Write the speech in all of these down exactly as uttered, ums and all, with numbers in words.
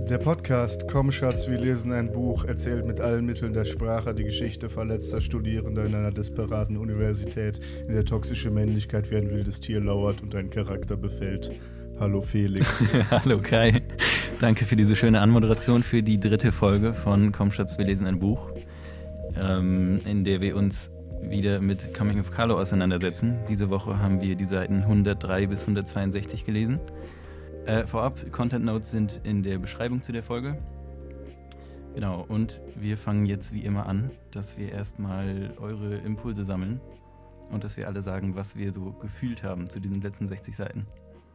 Der Podcast Komm Schatz, wir lesen ein Buch erzählt mit allen Mitteln der Sprache die Geschichte verletzter Studierender in einer desperaten Universität, in der toxische Männlichkeit wie ein wildes Tier lauert und einen Charakter befällt. Hallo Felix. Hallo Kai. Danke für diese schöne Anmoderation für die dritte Folge von Komm Schatz, wir lesen ein Buch, ähm, in der wir uns wieder mit Coming of Carlo auseinandersetzen. Diese Woche haben wir die Seiten hundertdrei bis hundertzweiundsechzig gelesen. Äh, vorab, Content Notes sind in der Beschreibung zu der Folge. Genau, und wir fangen jetzt wie immer an, dass wir erstmal eure Impulse sammeln und dass wir alle sagen, was wir so gefühlt haben zu diesen letzten sechzig Seiten.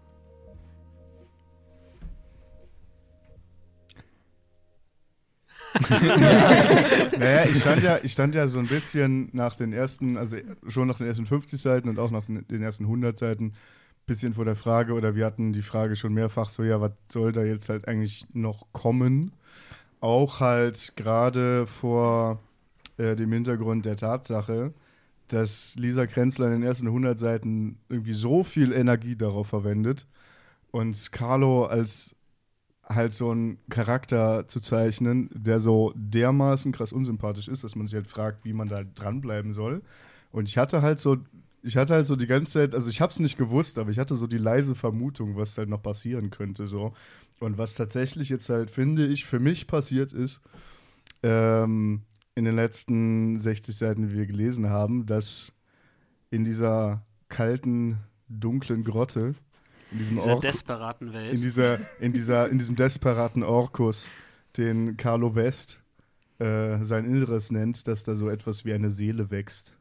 Naja, ich stand ja, ich stand ja so ein bisschen nach den ersten, also schon nach den ersten fünfzig Seiten und auch nach den ersten hundert Seiten bisschen vor der Frage, oder wir hatten die Frage schon mehrfach so, ja, was soll da jetzt halt eigentlich noch kommen? Auch halt gerade vor äh, dem Hintergrund der Tatsache, dass Lisa Krenzler in den ersten hundert Seiten irgendwie so viel Energie darauf verwendet und Carlo als halt so einen Charakter zu zeichnen, der so dermaßen krass unsympathisch ist, dass man sich halt fragt, wie man da dranbleiben soll. Und ich hatte halt so Ich hatte halt so die ganze Zeit, also ich hab's nicht gewusst, aber ich hatte so die leise Vermutung, was halt noch passieren könnte, so. Und was tatsächlich jetzt halt, finde ich, für mich passiert ist, ähm, in den letzten sechzig Seiten, die wir gelesen haben, dass in dieser kalten, dunklen Grotte, in diesem dieser Ork- desperaten Welt, in dieser, in dieser, in diesem desperaten Orkus, den Carlo West äh, sein Inneres nennt, dass da so etwas wie eine Seele wächst.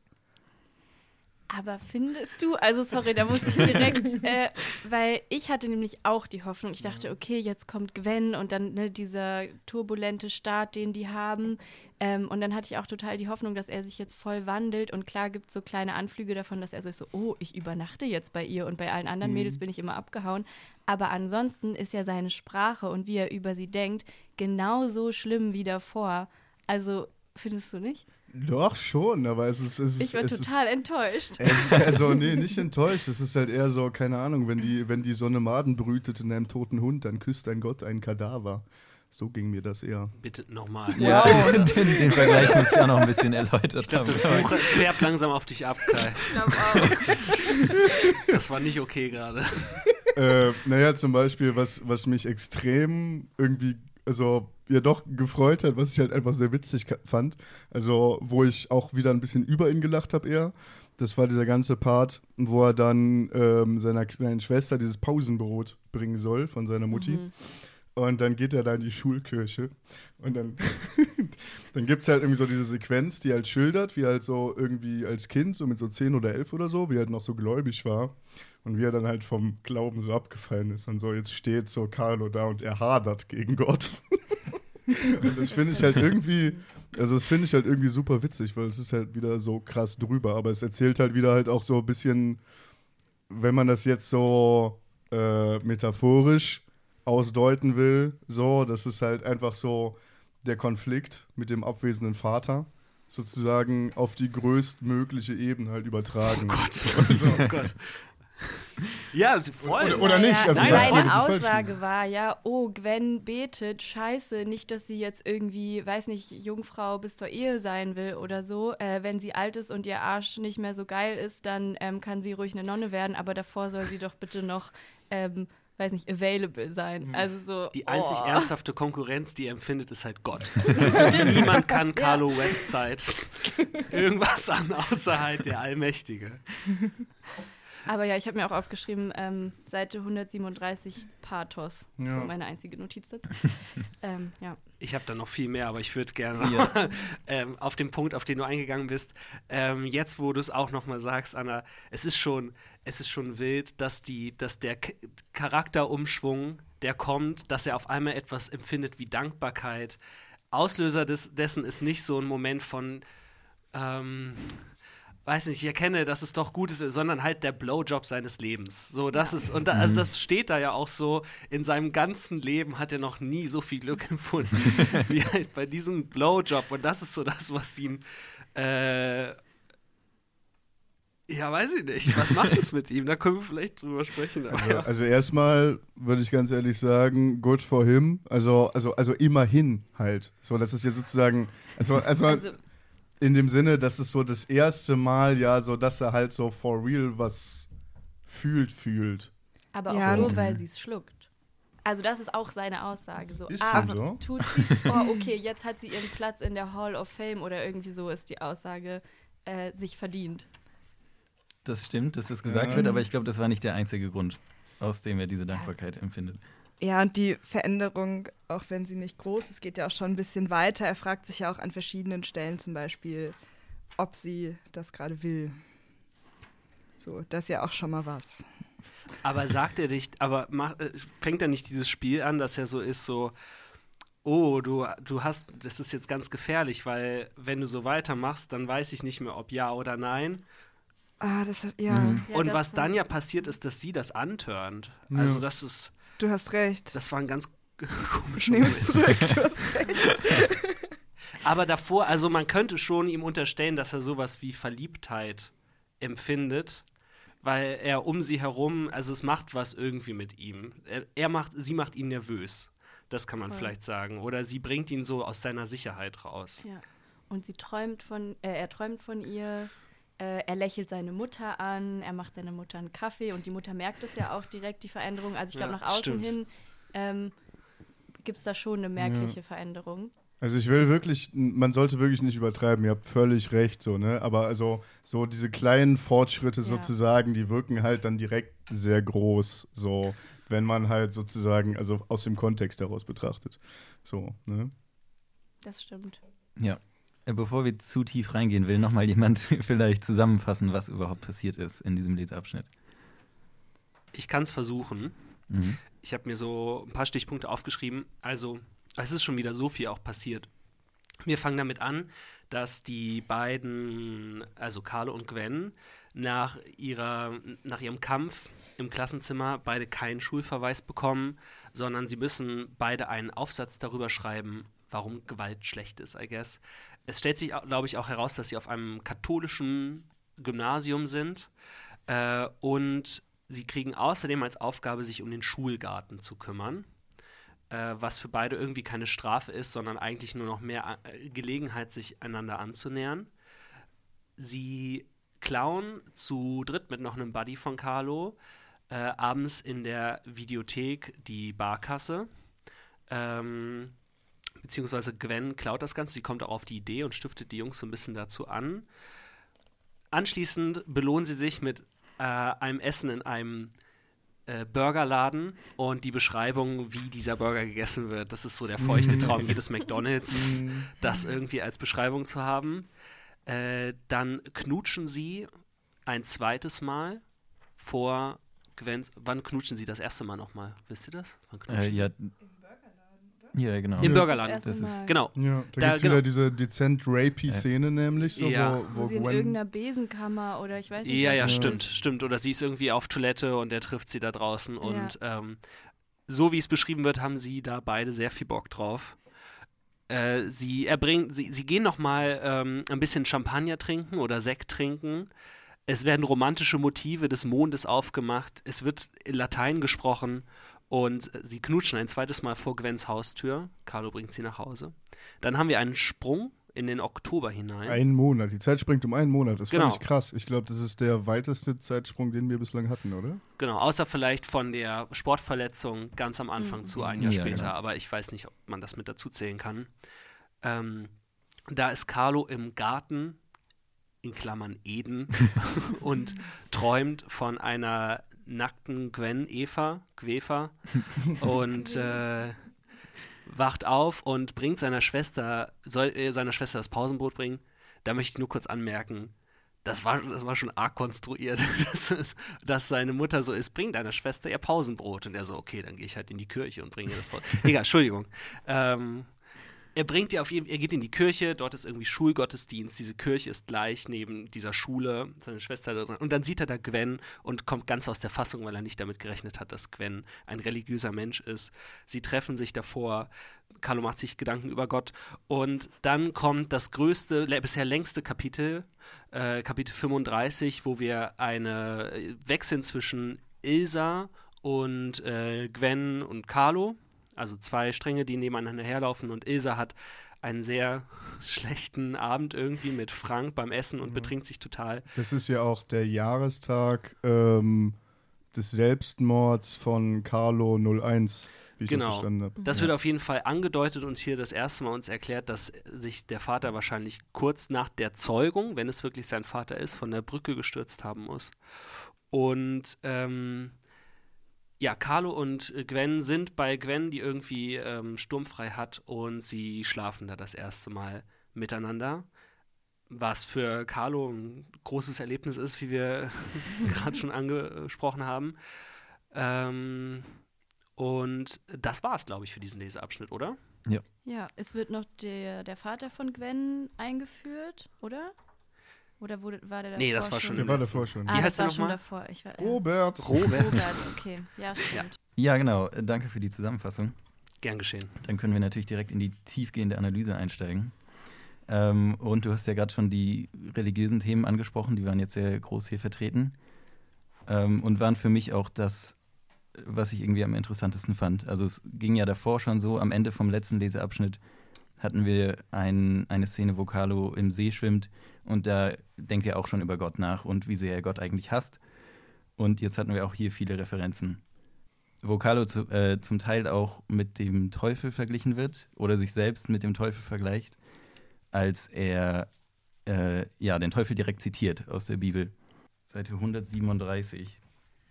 Aber findest du, also sorry, da muss ich direkt, äh, weil ich hatte nämlich auch die Hoffnung, ich dachte, okay, jetzt kommt Gwen und dann ne, dieser turbulente Start, den die haben, ähm, und dann hatte ich auch total die Hoffnung, dass er sich jetzt voll wandelt und klar gibt es so kleine Anflüge davon, dass er so ist, so, oh, ich übernachte jetzt bei ihr und bei allen anderen Mhm. Mädels bin ich immer abgehauen, aber ansonsten ist ja seine Sprache und wie er über sie denkt, genauso schlimm wie davor, also findest du nicht? Doch, schon, aber es ist. Es ist Ich war es total ist, enttäuscht. Es, also, nee, nicht enttäuscht. Es ist halt eher so, keine Ahnung, wenn die, wenn die Sonne Maden brütet in einem toten Hund, dann küsst ein Gott einen Kadaver. So ging mir das eher. bitte nochmal. Ja, und den, den Vergleich muss ich auch noch ein bisschen erläutert Ich glaube, das haben. Buch färbt langsam auf dich ab, Kai. Ich glaube auch. Das war nicht okay gerade. äh, naja, zum Beispiel, was, was mich extrem irgendwie, also ja doch gefreut hat, was ich halt einfach sehr witzig ka- fand, also wo ich auch wieder ein bisschen über ihn gelacht habe eher, das war dieser ganze Part, wo er dann ähm, seiner kleinen Schwester dieses Pausenbrot bringen soll von seiner Mutti. Mhm. Und dann geht er da in die Schulkirche und dann, dann gibt es halt irgendwie so diese Sequenz, die halt schildert, wie er halt so irgendwie als Kind, so mit so zehn oder elf oder so, wie er halt noch so gläubig war und wie er dann halt vom Glauben so abgefallen ist und so, jetzt steht so Carlo da und er hadert gegen Gott. Und das finde ich halt irgendwie, also das finde ich halt irgendwie super witzig, weil es ist halt wieder so krass drüber, aber es erzählt halt wieder halt auch so ein bisschen, wenn man das jetzt so äh, metaphorisch ausdeuten will, so, das ist halt einfach so der Konflikt mit dem abwesenden Vater sozusagen auf die größtmögliche Ebene halt übertragen. Oh Gott. Also, oh Gott. Ja, voll. Oder, oder nicht? Ja, Also nein, sagt mir, seine dass ich falsch Aussage bin. war ja, oh, Gwen betet, scheiße, nicht, dass sie jetzt irgendwie, weiß nicht, Jungfrau bis zur Ehe sein will oder so. Äh, wenn sie alt ist und ihr Arsch nicht mehr so geil ist, dann ähm, kann sie ruhig eine Nonne werden, aber davor soll sie doch bitte noch, ähm, weiß nicht, available sein. Also so, Die einzig oh. ernsthafte Konkurrenz, die er empfindet, ist halt Gott. Also niemand kann Carlo Westside irgendwas an, außer halt der Allmächtige. Aber ja, ich habe mir auch aufgeschrieben, ähm, Seite hundertsiebenunddreißig Pathos. Das Ja. ist so meine einzige Notiz dazu. ähm, ja. Ich habe da noch viel mehr, aber ich würde gerne Ja. noch, ähm, auf den Punkt, auf den du eingegangen bist, ähm, jetzt, wo du es auch nochmal sagst, Anna, es ist schon, es ist schon wild, dass, die, dass der K- Charakterumschwung, der kommt, dass er auf einmal etwas empfindet wie Dankbarkeit. Auslöser des, dessen ist nicht so ein Moment von ähm, weiß nicht, ich erkenne, dass es doch gut ist, sondern halt der Blowjob seines Lebens. So, das ist, und da, also das steht da ja auch so, in seinem ganzen Leben hat er noch nie so viel Glück empfunden, wie halt bei diesem Blowjob. Und das ist so das, was ihn, äh, Ja, weiß ich nicht. Was macht es mit ihm? Da können wir vielleicht drüber sprechen. Also, also erstmal würde ich ganz ehrlich sagen, good for him. Also, also, also immerhin halt. So, das ist ja sozusagen, also, also, Also, in dem Sinne, das ist so das erste Mal, ja, so, dass er halt so for real was fühlt, fühlt. aber Ja, auch nur, und- weil sie es schluckt. Also das ist auch seine Aussage. So, Ist ah, dem so? tut sie, oh, okay, jetzt hat sie ihren Platz in der Hall of Fame oder irgendwie so ist die Aussage, äh, sich verdient. Das stimmt, dass das gesagt Ja. wird, aber ich glaube, das war nicht der einzige Grund, aus dem er diese Dankbarkeit empfindet. Ja, und die Veränderung, auch wenn sie nicht groß ist, geht ja auch schon ein bisschen weiter. Er fragt sich ja auch an verschiedenen Stellen zum Beispiel, ob sie das gerade will. So, das ist ja auch schon mal was. Aber sagt er nicht, aber mach, äh, fängt er nicht dieses Spiel an, dass er so ist, so, oh, du, du hast, das ist jetzt ganz gefährlich, weil wenn du so weitermachst, dann weiß ich nicht mehr, ob ja oder nein. Ah, das, ja, Mhm. Ja, Und das was war- dann ja passiert ist, dass sie das antörnt. Ja. Also das ist, du hast recht. das war ein ganz Ich komischer nehme es Moment. zurück, du hast recht. Aber davor, also man könnte schon ihm unterstellen, dass er sowas wie Verliebtheit empfindet, weil er um sie herum, also es macht was irgendwie mit ihm. Er, er macht, sie macht ihn nervös. Das kann man Voll. vielleicht sagen. Oder sie bringt ihn so aus seiner Sicherheit raus. Ja. Und sie träumt von, äh, er träumt von ihr, äh, er lächelt seine Mutter an, er macht seiner Mutter einen Kaffee und die Mutter merkt es ja auch direkt, die Veränderung. Also ich glaube, Ja, nach außen stimmt. hin ähm, gibt es da schon eine merkliche Veränderung. Also ich will wirklich, man sollte wirklich nicht übertreiben, ihr habt völlig recht, so, ne? Aber also so diese kleinen Fortschritte Ja. sozusagen, die wirken halt dann direkt sehr groß, so, wenn man halt sozusagen, also aus dem Kontext heraus betrachtet. So, ne? Das stimmt. Ja. Äh, Bevor wir zu tief reingehen, will nochmal jemand vielleicht zusammenfassen, was überhaupt passiert ist in diesem Leseabschnitt. Ich kann es versuchen. Mhm. Ich habe mir so ein paar Stichpunkte aufgeschrieben. Also, es ist schon wieder so viel auch passiert. Wir fangen damit an, dass die beiden, also Carlo und Gwen, nach, ihrer, nach ihrem Kampf im Klassenzimmer beide keinen Schulverweis bekommen, sondern sie müssen beide einen Aufsatz darüber schreiben, warum Gewalt schlecht ist, I guess. Es stellt sich, glaube ich, auch heraus, dass sie auf einem katholischen Gymnasium sind äh, und sie kriegen außerdem als Aufgabe, sich um den Schulgarten zu kümmern, äh, was für beide irgendwie keine Strafe ist, sondern eigentlich nur noch mehr äh, Gelegenheit, sich einander anzunähern. Sie klauen zu dritt mit noch einem Buddy von Carlo äh, abends in der Videothek die Barkasse. Ähm, beziehungsweise Gwen klaut das Ganze, sie kommt auch auf die Idee und stiftet die Jungs so ein bisschen dazu an. Anschließend belohnen sie sich mit äh, einem Essen in einem äh, Burgerladen und die Beschreibung, wie dieser Burger gegessen wird. Das ist so der feuchte Traum jedes McDonald's, das irgendwie als Beschreibung zu haben. Äh, dann knutschen sie ein zweites Mal vor Gwen. Wann knutschen sie das erste Mal nochmal? Wisst ihr das? Wann knutschen Äh, ja. Ja, genau. Im Ja. Burgerladen. Das Das erste ist- Mal. Genau. Ja, da, Da- gibt's genau. wieder diese dezent rapey Szene nämlich, so, Ja. wo, Wo wo sie in Gwen- irgendeiner Besenkammer oder ich weiß nicht. Ja, was ja, das stimmt, ist. stimmt. Oder sie ist irgendwie auf Toilette und er trifft sie da draußen. Und ähm, so wie es beschrieben wird, haben sie da beide sehr viel Bock drauf. Äh, sie erbringen, sie, sie gehen noch mal ähm, ein bisschen Champagner trinken oder Sekt trinken. Es werden romantische Motive des Mondes aufgemacht. Es wird in Latein gesprochen und sie knutschen ein zweites Mal vor Gwens Haustür. Carlo bringt sie nach Hause. Dann haben wir einen Sprung in den Oktober hinein. Einen Monat. Die Zeit springt um einen Monat. Das Genau. fand ich krass. Ich glaube, das ist der weiteste Zeitsprung, den wir bislang hatten, oder? Genau, außer vielleicht von der Sportverletzung ganz am Anfang Mhm. zu ein Jahr Ja, später, genau. aber ich weiß nicht, ob man das mit dazu zählen kann. Ähm, da ist Carlo im Garten, in Klammern Eden, und träumt von einer nackten Gwen, Eva, Gwefa, und äh, wacht auf und bringt seiner Schwester, soll äh, seiner Schwester das Pausenbrot bringen. Da möchte ich nur kurz anmerken, das war, das war schon arg konstruiert, das ist, dass seine Mutter so ist, bring deiner Schwester ihr Pausenbrot. Und er so, okay, dann gehe ich halt in die Kirche und bringe ihr das Pausenbrot. Egal, Entschuldigung. Ähm, er bringt ihr auf jeden, er geht in die Kirche, dort ist irgendwie Schulgottesdienst, diese Kirche ist gleich neben dieser Schule, seine Schwester da drin. Und dann sieht er da Gwen und kommt ganz aus der Fassung, weil er nicht damit gerechnet hat, dass Gwen ein religiöser Mensch ist. Sie treffen sich davor, Carlo macht sich Gedanken über Gott und dann kommt das größte, bisher längste Kapitel, äh, Kapitel fünfunddreißig, wo wir eine äh, wechseln zwischen Ilsa und äh, Gwen und Carlo. Also zwei Stränge, die nebeneinander herlaufen und Ilsa hat einen sehr schlechten Abend irgendwie mit Frank beim Essen und mhm. betrinkt sich total. Das ist ja auch der Jahrestag ähm, des Selbstmords von Carlo null eins, wie ich genau. das verstanden habe. Das ja. wird auf jeden Fall angedeutet und hier das erste Mal uns erklärt, dass sich der Vater wahrscheinlich kurz nach der Zeugung, wenn es wirklich sein Vater ist, von der Brücke gestürzt haben muss. Und ähm, ja, Carlo und Gwen sind bei Gwen, die irgendwie ähm, sturmfrei hat und sie schlafen da das erste Mal miteinander. Was für Carlo ein großes Erlebnis ist, wie wir gerade schon angesprochen haben. Ähm, und das war's, glaube ich, für diesen Leseabschnitt, oder? Ja. Ja, es wird noch der, der Vater von Gwen eingeführt, oder? Oder wurde, war der davor Nee, das war schon Der im war letzten. davor schon. Ah, Wie das heißt der war schon nochmal? davor. Ich war, ja. Robert. Robert. Robert, okay. Ja, stimmt. Ja, genau. Danke für die Zusammenfassung. Gern geschehen. Dann können wir natürlich direkt in die tiefgehende Analyse einsteigen. Ähm, und du hast ja gerade schon die religiösen Themen angesprochen, die waren jetzt sehr groß hier vertreten ähm, und waren für mich auch das, was ich irgendwie am interessantesten fand. Also es ging ja davor schon so, am Ende vom letzten Leseabschnitt hatten wir ein, eine Szene, wo Carlo im See schwimmt und da denkt er auch schon über Gott nach und wie sehr er Gott eigentlich hasst. Und jetzt hatten wir auch hier viele Referenzen, wo Carlo zu, äh, zum Teil auch mit dem Teufel verglichen wird oder sich selbst mit dem Teufel vergleicht, als er äh, ja, den Teufel direkt zitiert aus der Bibel. Seite hundertsiebenunddreißig.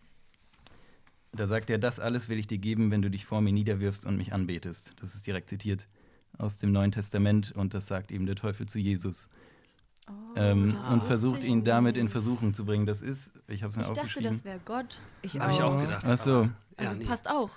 Da sagt er, das alles will ich dir geben, wenn du dich vor mir niederwirfst und mich anbetest. Das ist direkt zitiert aus dem Neuen Testament und das sagt eben der Teufel zu Jesus. Oh, ähm, das und wusste versucht ich ihn damit nicht. in Versuchung zu bringen. Das ist, ich habe es mir Ich dachte, aufgeschrieben. das wäre Gott. Ich Habe ich auch Oh. gedacht. Ach so. aber- Also ja, nee. passt auch.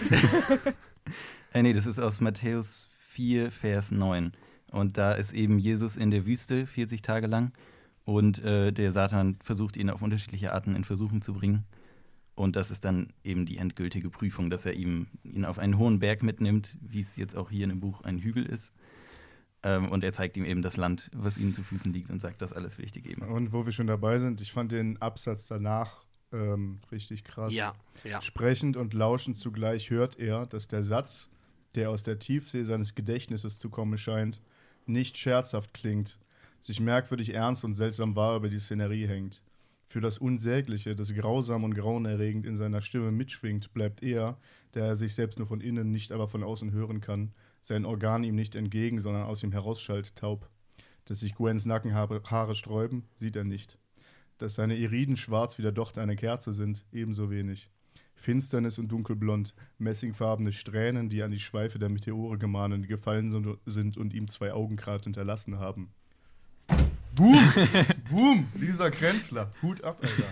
Äh, nee, das ist aus Matthäus vier, Vers neun. Und da ist eben Jesus in der Wüste vierzig Tage lang und äh, der Satan versucht ihn auf unterschiedliche Arten in Versuchung zu bringen. Und das ist dann eben die endgültige Prüfung, dass er ihm, ihn auf einen hohen Berg mitnimmt, wie es jetzt auch hier in dem Buch ein Hügel ist. Ähm, und er zeigt ihm eben das Land, was ihm zu Füßen liegt und sagt, das alles will ich dir geben. Und wo wir schon dabei sind, ich fand den Absatz danach ähm, richtig krass. Ja, ja. Sprechend und lauschend zugleich hört er, dass der Satz, der aus der Tiefsee seines Gedächtnisses zu kommen scheint, nicht scherzhaft klingt, sich merkwürdig ernst und seltsam wahr über die Szenerie hängt. Für das Unsägliche, das grausam und grauenerregend in seiner Stimme mitschwingt, bleibt er, der er sich selbst nur von innen, nicht aber von außen hören kann, sein Organ ihm nicht entgegen, sondern aus ihm herausschallt, taub. Dass sich Gwens Nackenhaare Haare sträuben, sieht er nicht. Dass seine Iriden schwarz wie der Docht einer Kerze sind, ebenso wenig. Finsternis und dunkelblond, messingfarbene Strähnen, die an die Schweife der Meteore gemahnen, gefallen sind und ihm zwei Augengrad hinterlassen haben. Boom! Boom! Lisa Krenzler. Hut ab, Alter.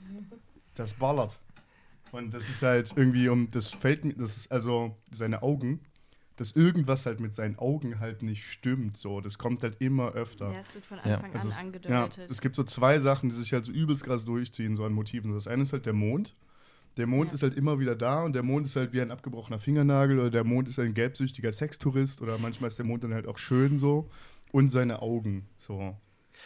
Das ballert. Und das ist halt irgendwie um, das fällt mir, das ist also seine Augen, dass irgendwas halt mit seinen Augen halt nicht stimmt, so. Das kommt halt immer öfter. Ja, es wird von Ja. Anfang Es an ist, ja, angedeutet. es gibt so zwei Sachen, die sich halt so übelst krass durchziehen, so an Motiven. Das eine ist halt der Mond. Der Mond Ja. ist halt immer wieder da und der Mond ist halt wie ein abgebrochener Fingernagel oder der Mond ist ein gelbsüchtiger Sextourist oder manchmal ist der Mond dann halt auch schön so. Und seine Augen, so.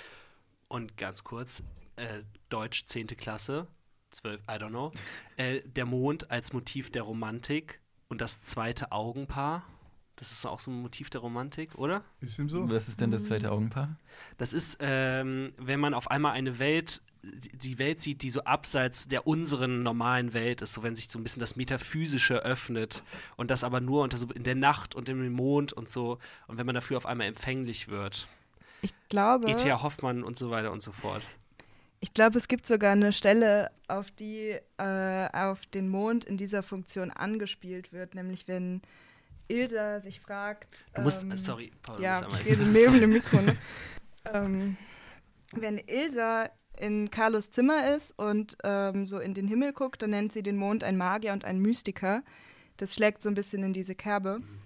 Und ganz kurz, äh, Deutsch zehnte Klasse, zwölf, I don't know. Äh, der Mond als Motiv der Romantik und das zweite Augenpaar. Das ist auch so ein Motiv der Romantik, oder? Ist ihm so? Was ist denn das zweite Augenpaar? Das ist, ähm, wenn man auf einmal eine Welt, die Welt sieht, die so abseits der unseren normalen Welt ist, so wenn sich so ein bisschen das Metaphysische öffnet und das aber nur unter so in der Nacht und im Mond und so und wenn man dafür auf einmal empfänglich wird. Ich glaube, E T H Hoffmann und so weiter und so fort. ich glaube, es gibt sogar eine Stelle, auf die äh, auf den Mond in dieser Funktion angespielt wird, nämlich wenn Ilsa sich fragt. Du musst, ähm, äh, sorry, Paul, Ja, du musst ich rede einmal. neben dem Mikro. Ne? ähm, wenn Ilsa in Carlos Zimmer ist und ähm, so in den Himmel guckt, dann nennt sie den Mond ein Magier und ein Mystiker. Das schlägt so ein bisschen in diese Kerbe.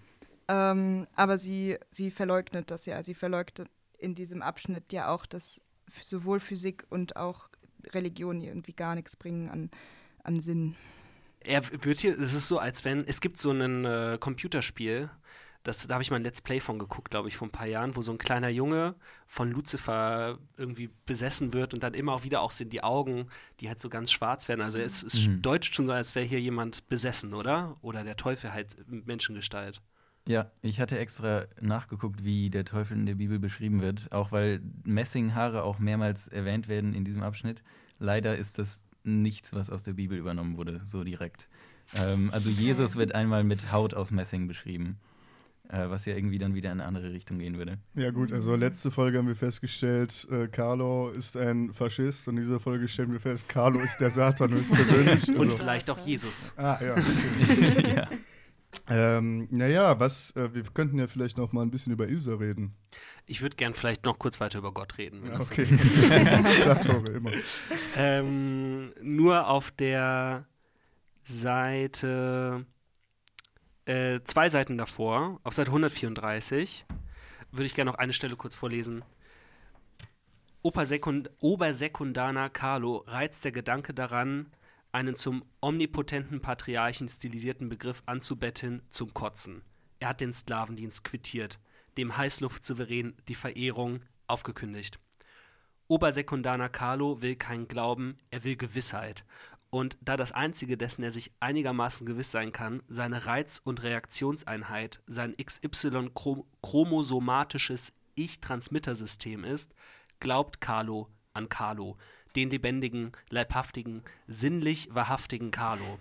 Ähm, aber sie, sie verleugnet das ja. Sie verleugnet in diesem Abschnitt ja auch, dass sowohl Physik und auch Religion irgendwie gar nichts bringen an, an Sinn. Er wird hier, es ist so, als wenn, es gibt so ein äh, Computerspiel, das, da habe ich mal ein Let's Play von geguckt, glaube ich, vor ein paar Jahren, wo so ein kleiner Junge von Lucifer irgendwie besessen wird und dann immer auch wieder auch sind die Augen, die halt so ganz schwarz werden. Also es, es Mhm. deutet schon so, als wäre hier jemand besessen, oder? Oder der Teufel halt in Menschengestalt. Ja, ich hatte extra nachgeguckt, wie der Teufel in der Bibel beschrieben wird, auch weil Messinghaare auch mehrmals erwähnt werden in diesem Abschnitt. Leider ist das nichts, was aus der Bibel übernommen wurde, so direkt. Ähm, also Jesus wird einmal mit Haut aus Messing beschrieben, äh, was ja irgendwie dann wieder in eine andere Richtung gehen würde. Ja gut, also letzte Folge haben wir festgestellt, äh, Carlo ist ein Faschist und in dieser Folge stellen wir fest, Carlo ist der Satan höchstpersönlich. Und Also, vielleicht auch Jesus. ah, ja. Okay. Ja. ähm, naja, was, äh, wir könnten ja vielleicht noch mal ein bisschen über Ilsa reden. Ich würde gern vielleicht noch kurz weiter über Gott reden. wenn Ja, das okay. ist. Klar, Tore, immer. Ähm, nur auf der Seite, äh, zwei Seiten davor, auf Seite hundertvierunddreißig, würde ich gerne noch eine Stelle kurz vorlesen. Obersekund Obersekundaner Carlo reizt der Gedanke daran, einen zum omnipotenten Patriarchen stilisierten Begriff anzubetteln, zum Kotzen. Er hat den Sklavendienst quittiert, dem Heißluftsouverän die Verehrung aufgekündigt. Obersekundaner Carlo will keinen Glauben, er will Gewissheit. Und da das Einzige, dessen er sich einigermaßen gewiss sein kann, seine Reiz- und Reaktionseinheit, sein X Y-chromosomatisches Ich-Transmittersystem ist, glaubt Carlo an Carlo, den lebendigen, leibhaftigen, sinnlich wahrhaftigen Carlo.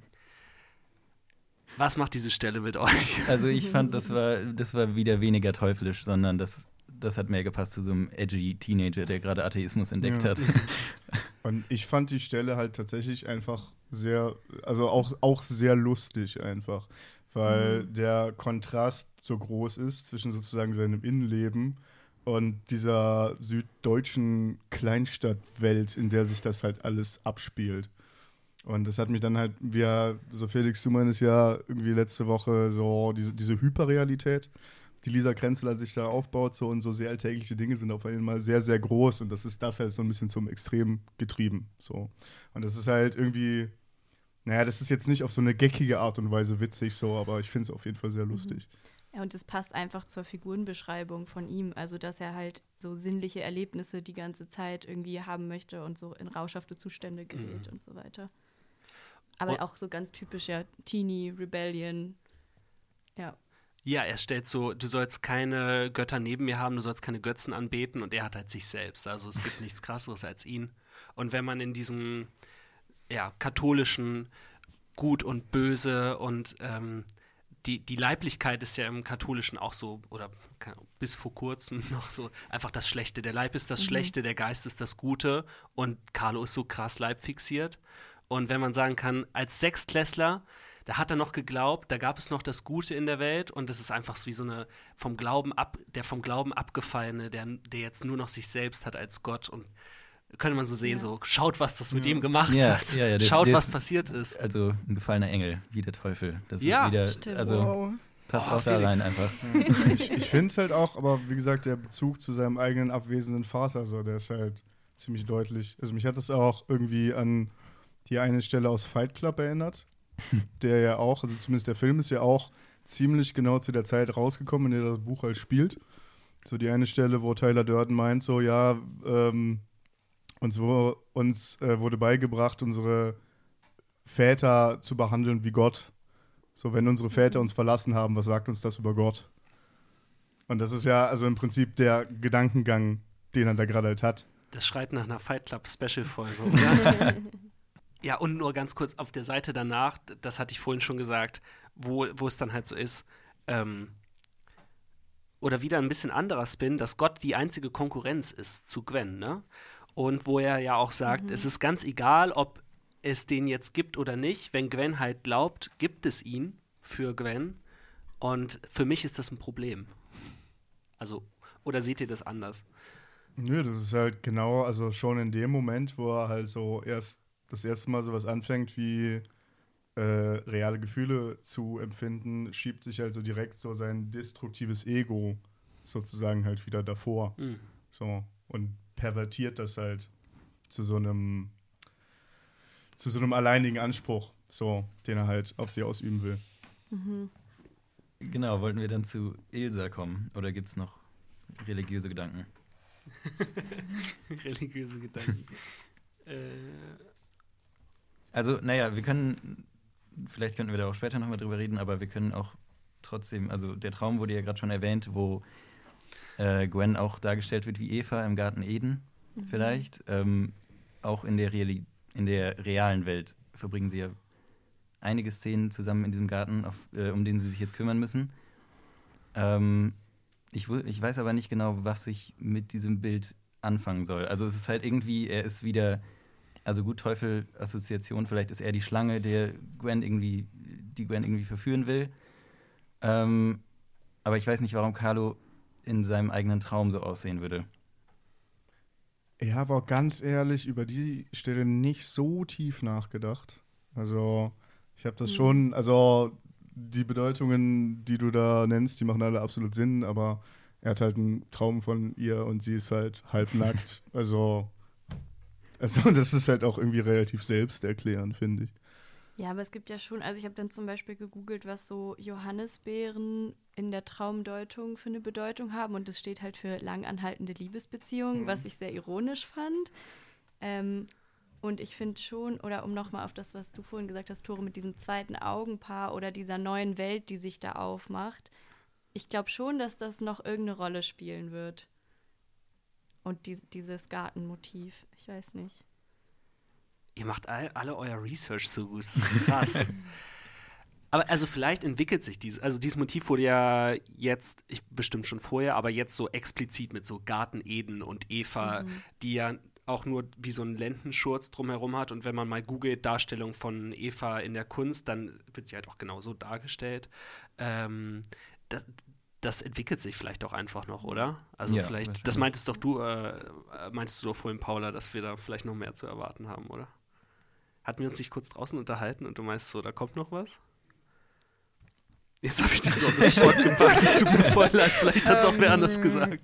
Was macht diese Stelle mit euch? Also ich fand, das war, das war wieder weniger teuflisch, sondern das, das hat mehr gepasst zu so einem edgy Teenager, der gerade Atheismus entdeckt Ja. hat. Und ich fand die Stelle halt tatsächlich einfach sehr, also auch, auch sehr lustig einfach, weil Mhm. der Kontrast so groß ist zwischen sozusagen seinem Innenleben und dieser süddeutschen Kleinstadtwelt, in der sich das halt alles abspielt. Und das hat mich dann halt, wie so Felix, du meinst ja irgendwie letzte Woche so diese, diese Hyperrealität, die Lisa Krenzler sich da aufbaut, so und so sehr alltägliche Dinge sind auf einmal sehr, sehr groß und das ist das halt so ein bisschen zum Extrem getrieben. So. Und das ist halt irgendwie, naja, das ist jetzt nicht auf so eine geckige Art und Weise witzig, so, aber ich finde es auf jeden Fall sehr lustig. Ja, und es passt einfach zur Figurenbeschreibung von ihm, also dass er halt so sinnliche Erlebnisse die ganze Zeit irgendwie haben möchte und so in rauschhafte Zustände gerät Mhm. und so weiter. Aber Und- auch so ganz typisch, ja, Teenie, Rebellion, ja. Ja, er stellt so, du sollst keine Götter neben mir haben, du sollst keine Götzen anbeten und er hat halt sich selbst. Also es gibt nichts Krasseres als ihn. Und wenn man in diesem ja, katholischen Gut und Böse und ähm, die, die Leiblichkeit ist ja im Katholischen auch so, oder keine Ahnung, bis vor kurzem noch so, einfach das Schlechte. Der Leib ist das Mhm. Schlechte, der Geist ist das Gute und Carlo ist so krass leibfixiert. Und wenn man sagen kann, als Sechstklässler, da hat er noch geglaubt, da gab es noch das Gute in der Welt und das ist einfach so wie so eine vom Glauben ab, der vom Glauben abgefallene, der, der jetzt nur noch sich selbst hat als Gott und könnte man so sehen, Ja. so schaut, was das mit Ja. ihm gemacht Ja, hat, ja, ja, das- schaut, das- was passiert ist. Also ein gefallener Engel, wie der Teufel. Das Ja, ist wieder, stimmt. also Wow. passt Oh, auch da Felix. rein einfach. Ich, ich finde es halt auch, aber wie gesagt, der Bezug zu seinem eigenen abwesenden Vater, so, der ist halt ziemlich deutlich. Also mich hat es auch irgendwie an die eine Stelle aus Fight Club erinnert, der ja auch, also zumindest der Film ist ja auch ziemlich genau zu der Zeit rausgekommen, in der das Buch halt spielt. So die eine Stelle, wo Tyler Durden meint, so ja, ähm, uns, wo, uns äh, wurde beigebracht, unsere Väter zu behandeln wie Gott. So, wenn unsere Väter uns verlassen haben, was sagt uns das über Gott? Und das ist ja also im Prinzip der Gedankengang, den er da gerade halt hat. Das schreit nach einer Fight Club Special-Folge, oder? Ja, und nur ganz kurz auf der Seite danach, d- das hatte ich vorhin schon gesagt, wo, wo es dann halt so ist, ähm, oder wieder ein bisschen anderer Spin, dass Gott die einzige Konkurrenz ist zu Gwen, ne? Und wo er ja auch sagt, es ist ganz egal, ob es den jetzt gibt oder nicht, wenn Gwen halt glaubt, gibt es ihn für Gwen und für mich ist das ein Problem. Also, oder seht ihr das anders? Nö, das ist halt genau, also schon in dem Moment, wo er halt so erst das erste Mal sowas anfängt wie äh, reale Gefühle zu empfinden, schiebt sich halt so direkt so sein destruktives Ego sozusagen halt wieder davor. Mhm. So, und pervertiert das halt zu so einem zu so einem alleinigen Anspruch, so, den er halt auf sie ausüben will. Mhm. Genau, wollten wir dann zu Ilsa kommen? Oder gibt es noch religiöse Gedanken? Religiöse Gedanken. äh, Also, naja, wir können, vielleicht könnten wir da auch später nochmal drüber reden, aber wir können auch trotzdem, also der Traum wurde ja gerade schon erwähnt, wo äh, Gwen auch dargestellt wird wie Eva im Garten Eden, mhm. vielleicht. Ähm, auch in der, Reali- in der realen Welt verbringen sie ja einige Szenen zusammen in diesem Garten, auf, äh, um den sie sich jetzt kümmern müssen. Ähm, ich, w- ich weiß aber nicht genau, was ich mit diesem Bild anfangen soll. Also es ist halt irgendwie, er ist wieder, also gut, Teufel-Assoziation, vielleicht ist er die Schlange, der Gwen irgendwie, die Gwen irgendwie verführen will. Ähm, aber ich weiß nicht, warum Carlo in seinem eigenen Traum so aussehen würde. Ich habe auch ganz ehrlich über die Stelle nicht so tief nachgedacht. Also ich habe das Mhm. schon, also die Bedeutungen, die du da nennst, die machen alle absolut Sinn, aber er hat halt einen Traum von ihr und sie ist halt halbnackt. also, also das ist halt auch irgendwie relativ selbsterklärend, finde ich. Ja, aber es gibt ja schon, also ich habe dann zum Beispiel gegoogelt, was so Johannisbeeren in der Traumdeutung für eine Bedeutung haben und das steht halt für langanhaltende Liebesbeziehungen, Mhm. was ich sehr ironisch fand. Ähm, und ich finde schon, oder um nochmal auf das, was du vorhin gesagt hast, Tore, mit diesem zweiten Augenpaar oder dieser neuen Welt, die sich da aufmacht, ich glaube schon, dass das noch irgendeine Rolle spielen wird. Und die, dieses Gartenmotiv, ich weiß nicht. Ihr macht all, alle euer Research so gut. Das ist krass. Aber also vielleicht entwickelt sich dieses, also dieses Motiv wurde ja jetzt, ich bestimmt schon vorher, aber jetzt so explizit mit so Garten Eden und Eva, Mhm. die ja auch nur wie so einen Lendenschurz drumherum hat. Und wenn man mal googelt, Darstellung von Eva in der Kunst, dann wird sie halt auch genauso dargestellt. Ähm, das, das entwickelt sich vielleicht auch einfach noch, oder? Also Ja, vielleicht, das wahrscheinlich. meintest doch du, äh, meintest du doch vorhin, Paula, dass wir da vielleicht noch mehr zu erwarten haben, oder? Hatten wir uns nicht kurz draußen unterhalten und du meinst so, da kommt noch was? Jetzt habe ich dich so auf das Wort gebracht, es tut mir voll leid, vielleicht hat es auch wer anders gesagt.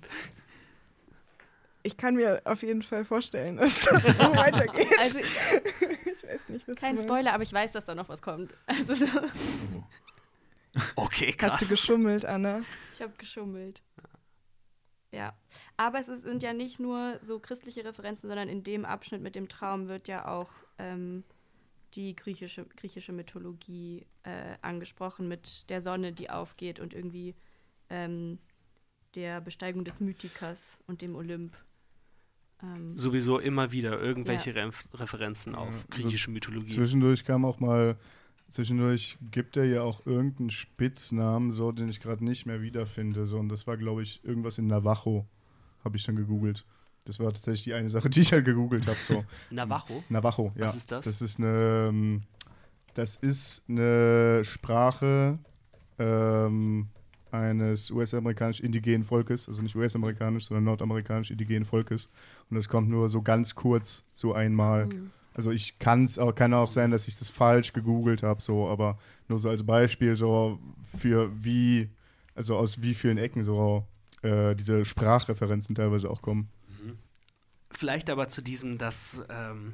Ich kann mir auf jeden Fall vorstellen, dass das so weitergeht. Also Ich weiß nicht, was kein du Spoiler, aber ich weiß, dass da noch was kommt. Also so, Oh. Okay, krass. Hast du geschummelt, Anna? ich habe geschummelt. Ja, aber es ist, sind ja nicht nur so christliche Referenzen, sondern in dem Abschnitt mit dem Traum wird ja auch ähm, die griechische, griechische Mythologie äh, angesprochen mit der Sonne, die aufgeht und irgendwie ähm, der Besteigung des Mythikers und dem Olymp. Ähm, Sowieso immer wieder irgendwelche Ref- Referenzen auf Ja, griechische Mythologie. Zwischendurch kam auch mal, zwischendurch gibt er ja auch irgendeinen Spitznamen, so, den ich gerade nicht mehr wiederfinde. So, und das war, glaube ich, irgendwas in Navajo, habe ich dann gegoogelt. Das war tatsächlich die eine Sache, die ich halt gegoogelt habe. So. Navajo? Navajo, ja. Was ist das? Das ist eine, ähm, das ist eine Sprache ähm, eines U S-amerikanisch-indigenen Volkes, also nicht U S-amerikanisch, sondern nordamerikanisch-indigenen Volkes. Und das kommt nur so ganz kurz, so einmal. Mhm. Also ich kann es auch, kann auch sein, dass ich das falsch gegoogelt habe, so, aber nur so als Beispiel, so für wie, also aus wie vielen Ecken so äh, diese Sprachreferenzen teilweise auch kommen. Mhm. Vielleicht aber zu diesem, dass ähm,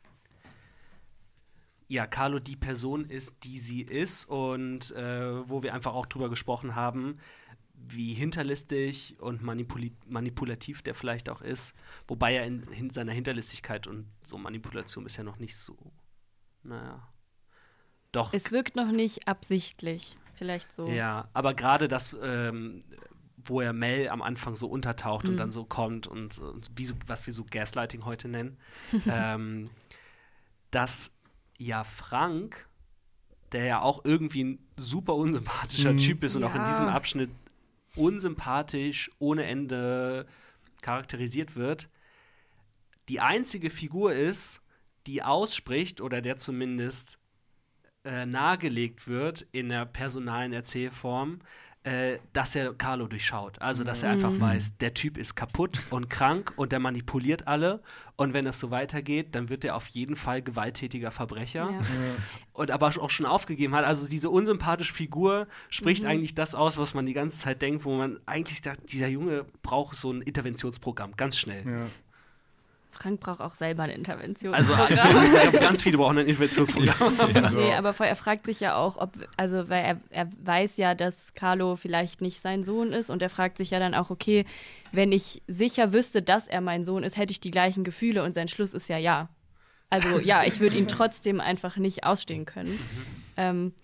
ja, Carlo die Person ist, die sie ist und äh, wo wir einfach auch drüber gesprochen haben, wie hinterlistig und manipuli- manipulativ der vielleicht auch ist, wobei er in, in seiner Hinterlistigkeit und so Manipulation bisher noch nicht so, naja, doch. Es wirkt noch nicht absichtlich, vielleicht so. Ja, aber gerade das, ähm, wo er Mel am Anfang so untertaucht und Mhm. dann so kommt und, und wie so, was wir so Gaslighting heute nennen, ähm, dass ja Frank, der ja auch irgendwie ein super unsympathischer Mhm. Typ ist und auch in Ja. diesem Abschnitt unsympathisch ohne Ende charakterisiert wird, die einzige Figur ist, die ausspricht oder der zumindest äh, nahegelegt wird in der personalen Erzählform, äh, dass er Carlo durchschaut. Also, dass er einfach Mhm. weiß, der Typ ist kaputt und krank und der manipuliert alle. Und wenn das so weitergeht, dann wird er auf jeden Fall gewalttätiger Verbrecher. Ja. Und aber auch schon aufgegeben hat. Also, diese unsympathische Figur spricht Mhm. eigentlich das aus, was man die ganze Zeit denkt, wo man eigentlich sagt, dieser Junge braucht so ein Interventionsprogramm, ganz schnell. Ja. Frank braucht auch selber eine Intervention. Also, ich glaube, ganz viele brauchen ein Interventionsprogramm. Also, Nee, aber vor- er fragt sich ja auch, ob, also weil er, er weiß ja, dass Carlo vielleicht nicht sein Sohn ist und er fragt sich ja dann auch, okay, wenn ich sicher wüsste, dass er mein Sohn ist, hätte ich die gleichen Gefühle und sein Schluss ist ja ja. Also ja, ich würde ihn trotzdem einfach nicht ausstehen können. Ähm,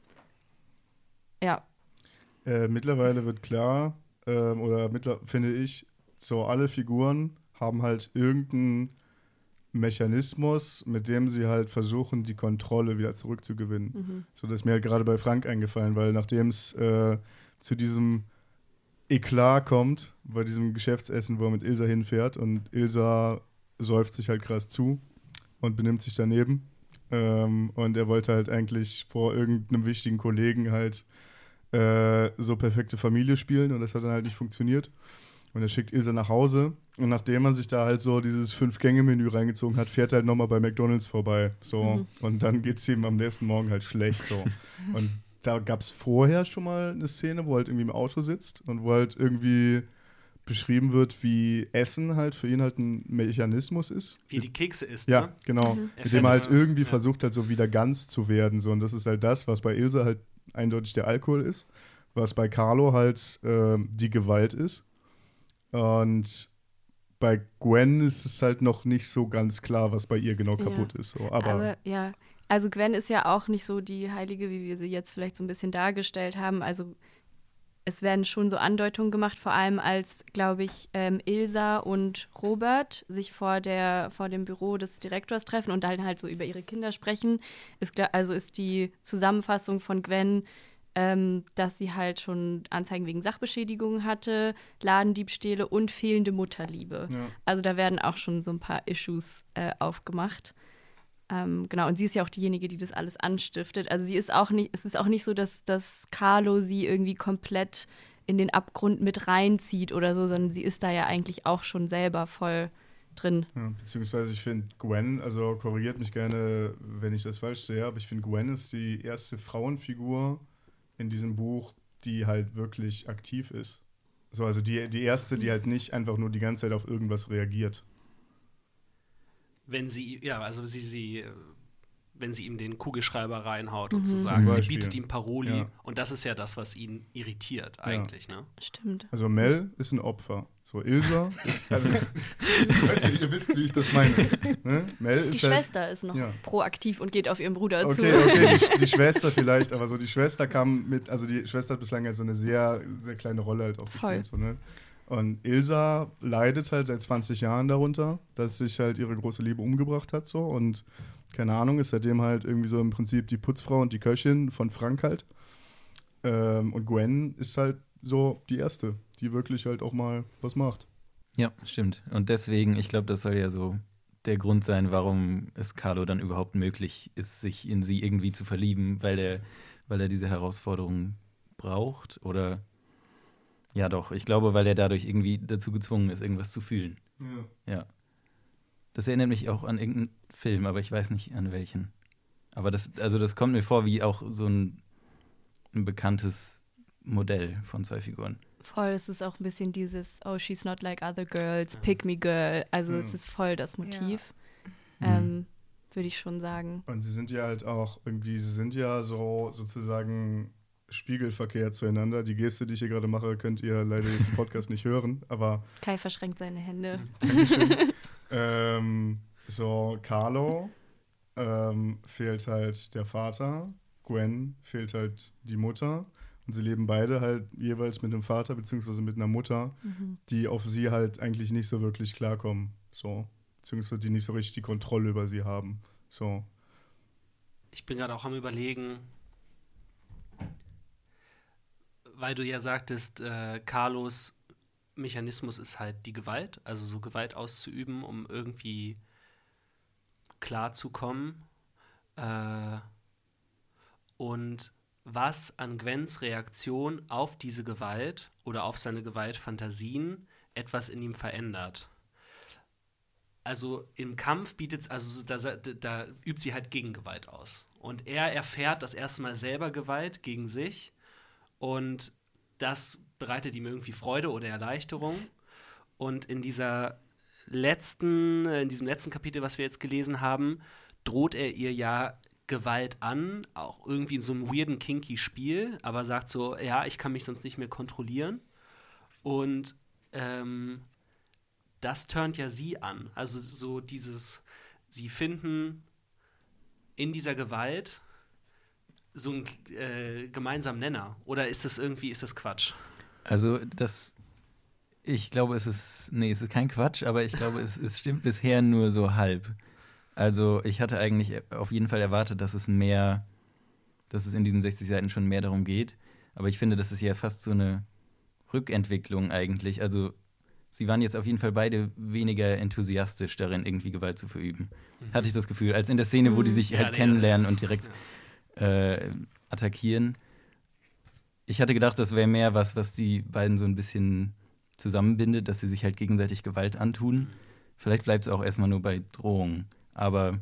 ja, Äh, mittlerweile wird klar, ähm, oder mittler finde ich, so alle Figuren haben halt irgendeinen Mechanismus, mit dem sie halt versuchen, die Kontrolle wieder zurückzugewinnen. mhm. So, das ist mir halt gerade bei Frank eingefallen, weil nachdem es äh, zu diesem Eklat kommt, bei diesem Geschäftsessen, wo er mit Ilsa hinfährt und Ilsa säuft sich halt krass zu und benimmt sich daneben. Ähm, und er wollte halt eigentlich vor irgendeinem wichtigen Kollegen halt äh, so perfekte Familie spielen und das hat dann halt nicht funktioniert. Und er schickt Ilse nach Hause und nachdem man sich da halt so dieses Fünf-Gänge-Menü reingezogen hat, fährt er halt nochmal bei McDonalds vorbei. So. Mhm. Und dann geht es ihm am nächsten Morgen halt schlecht. So. Und da gab es vorher schon mal eine Szene, wo er halt irgendwie im Auto sitzt und wo halt irgendwie beschrieben wird, wie Essen halt für ihn halt ein Mechanismus ist. Wie die Kekse isst, Ja, ne? genau. Mhm. Mit dem er halt Erfährt, irgendwie ja. versucht halt so wieder ganz zu werden. So. Und das ist halt das, was bei Ilse halt eindeutig der Alkohol ist, was bei Carlo halt ähm, die Gewalt ist. Und bei Gwen ist es halt noch nicht so ganz klar, was bei ihr genau Ja. kaputt ist. So. Aber, Aber ja, also Gwen ist ja auch nicht so die Heilige, wie wir sie jetzt vielleicht so ein bisschen dargestellt haben. Also es werden schon so Andeutungen gemacht, vor allem als, glaube ich, ähm, Ilsa und Robert sich vor, der, vor dem Büro des Direktors treffen und dann halt so über ihre Kinder sprechen. Ist, gla- also ist die Zusammenfassung von Gwen, ähm, dass sie halt schon Anzeigen wegen Sachbeschädigung hatte, Ladendiebstähle und fehlende Mutterliebe. ja. Also da werden auch schon so ein paar Issues äh, aufgemacht. Ähm, genau, und sie ist ja auch diejenige, die das alles anstiftet. Also sie ist auch nicht, es ist auch nicht so, dass, dass Carlo sie irgendwie komplett in den Abgrund mit reinzieht oder so, sondern sie ist da ja eigentlich auch schon selber voll drin. Ja, beziehungsweise ich finde Gwen, also korrigiert mich gerne, wenn ich das falsch sehe, aber ich finde Gwen ist die erste Frauenfigur in diesem Buch, die halt wirklich aktiv ist. So, also die, die erste, die halt nicht einfach nur die ganze Zeit auf irgendwas reagiert. Wenn sie, ja, also sie, sie, äh, wenn sie ihm den Kugelschreiber reinhaut Mhm. und so Zum sagt, sie Beispiel. bietet ihm Paroli Ja. und das ist ja das, was ihn irritiert eigentlich, ne? Stimmt. Also Mel ist ein Opfer. So, Ilsa ist, also, Leute, ihr wisst, wie ich das meine. Ne? Mel Die ist halt, Schwester ist noch ja. proaktiv und geht auf ihren Bruder zu. Okay, okay, die, die Schwester vielleicht, aber so die Schwester kam mit, also die Schwester hat bislang halt so eine sehr, sehr kleine Rolle halt auch Voll. gespielt. So, ne? Und Ilsa leidet halt seit zwanzig Jahren darunter, dass sich halt ihre große Liebe umgebracht hat so und keine Ahnung, ist seitdem halt irgendwie so im Prinzip die Putzfrau und die Köchin von Frank halt. Ähm, und Gwen ist halt so die Erste, die wirklich halt auch mal was macht. Ja, stimmt. Und deswegen, ich glaube, das soll ja so der Grund sein, warum es Carlo dann überhaupt möglich ist, sich in sie irgendwie zu verlieben, weil er, weil er diese Herausforderung braucht. Oder ja doch, ich glaube, weil er dadurch irgendwie dazu gezwungen ist, irgendwas zu fühlen. Ja. Ja. Das erinnert mich auch an irgendeinen Film, aber ich weiß nicht an welchen. Aber das, also das kommt mir vor wie auch so ein, ein bekanntes Modell von zwei Figuren. Voll, es ist auch ein bisschen dieses, oh, she's not like other girls, pick me girl. Also Ja. es ist voll das Motiv, Ja. ähm, würde ich schon sagen. Und sie sind ja halt auch irgendwie, sie sind ja so sozusagen spiegelverkehrt zueinander. Die Geste, die ich hier gerade mache, könnt ihr leider jetzt im Podcast nicht hören, aber Kai verschränkt seine Hände. Dankeschön. ähm, so, Carlo ähm, fehlt halt der Vater, Gwen fehlt halt die Mutter und sie leben beide halt jeweils mit einem Vater beziehungsweise mit einer Mutter, Mhm. die auf sie halt eigentlich nicht so wirklich klarkommen, so, beziehungsweise die nicht so richtig die Kontrolle über sie haben, so. Ich bin gerade auch am Überlegen, weil du ja sagtest, äh, Carlos Mechanismus ist halt die Gewalt, also so Gewalt auszuüben, um irgendwie klarzukommen. Äh, und was an Gwens Reaktion auf diese Gewalt oder auf seine Gewaltfantasien etwas in ihm verändert. Also im Kampf bietet es, also da, da übt sie halt Gegengewalt aus. Und er erfährt das erste Mal selber Gewalt gegen sich und das bereitet ihm irgendwie Freude oder Erleichterung. Und in dieser letzten, in diesem letzten Kapitel, was wir jetzt gelesen haben, droht er ihr ja Gewalt an, auch irgendwie in so einem weirden, kinky Spiel, aber sagt so, ja, ich kann mich sonst nicht mehr kontrollieren. Und ähm, das turnt ja sie an. Also so dieses, sie finden in dieser Gewalt so einen äh, gemeinsamen Nenner. Oder ist das irgendwie, ist das Quatsch? Also das, ich glaube, es ist, nee, es ist kein Quatsch, aber ich glaube, es, es stimmt bisher nur so halb. Also ich hatte eigentlich auf jeden Fall erwartet, dass es mehr, dass es in diesen sechzig Seiten schon mehr darum geht. Aber ich finde, das ist ja fast so eine Rückentwicklung eigentlich. Also sie waren jetzt auf jeden Fall beide weniger enthusiastisch darin, irgendwie Gewalt zu verüben. Mhm. Hatte ich das Gefühl, als in der Szene, wo die sich ja, halt nee, kennenlernen und direkt ja. äh, attackieren. Ich hatte gedacht, das wäre mehr was, was die beiden so ein bisschen zusammenbindet, dass sie sich halt gegenseitig Gewalt antun. Vielleicht bleibt es auch erstmal nur bei Drohungen. Aber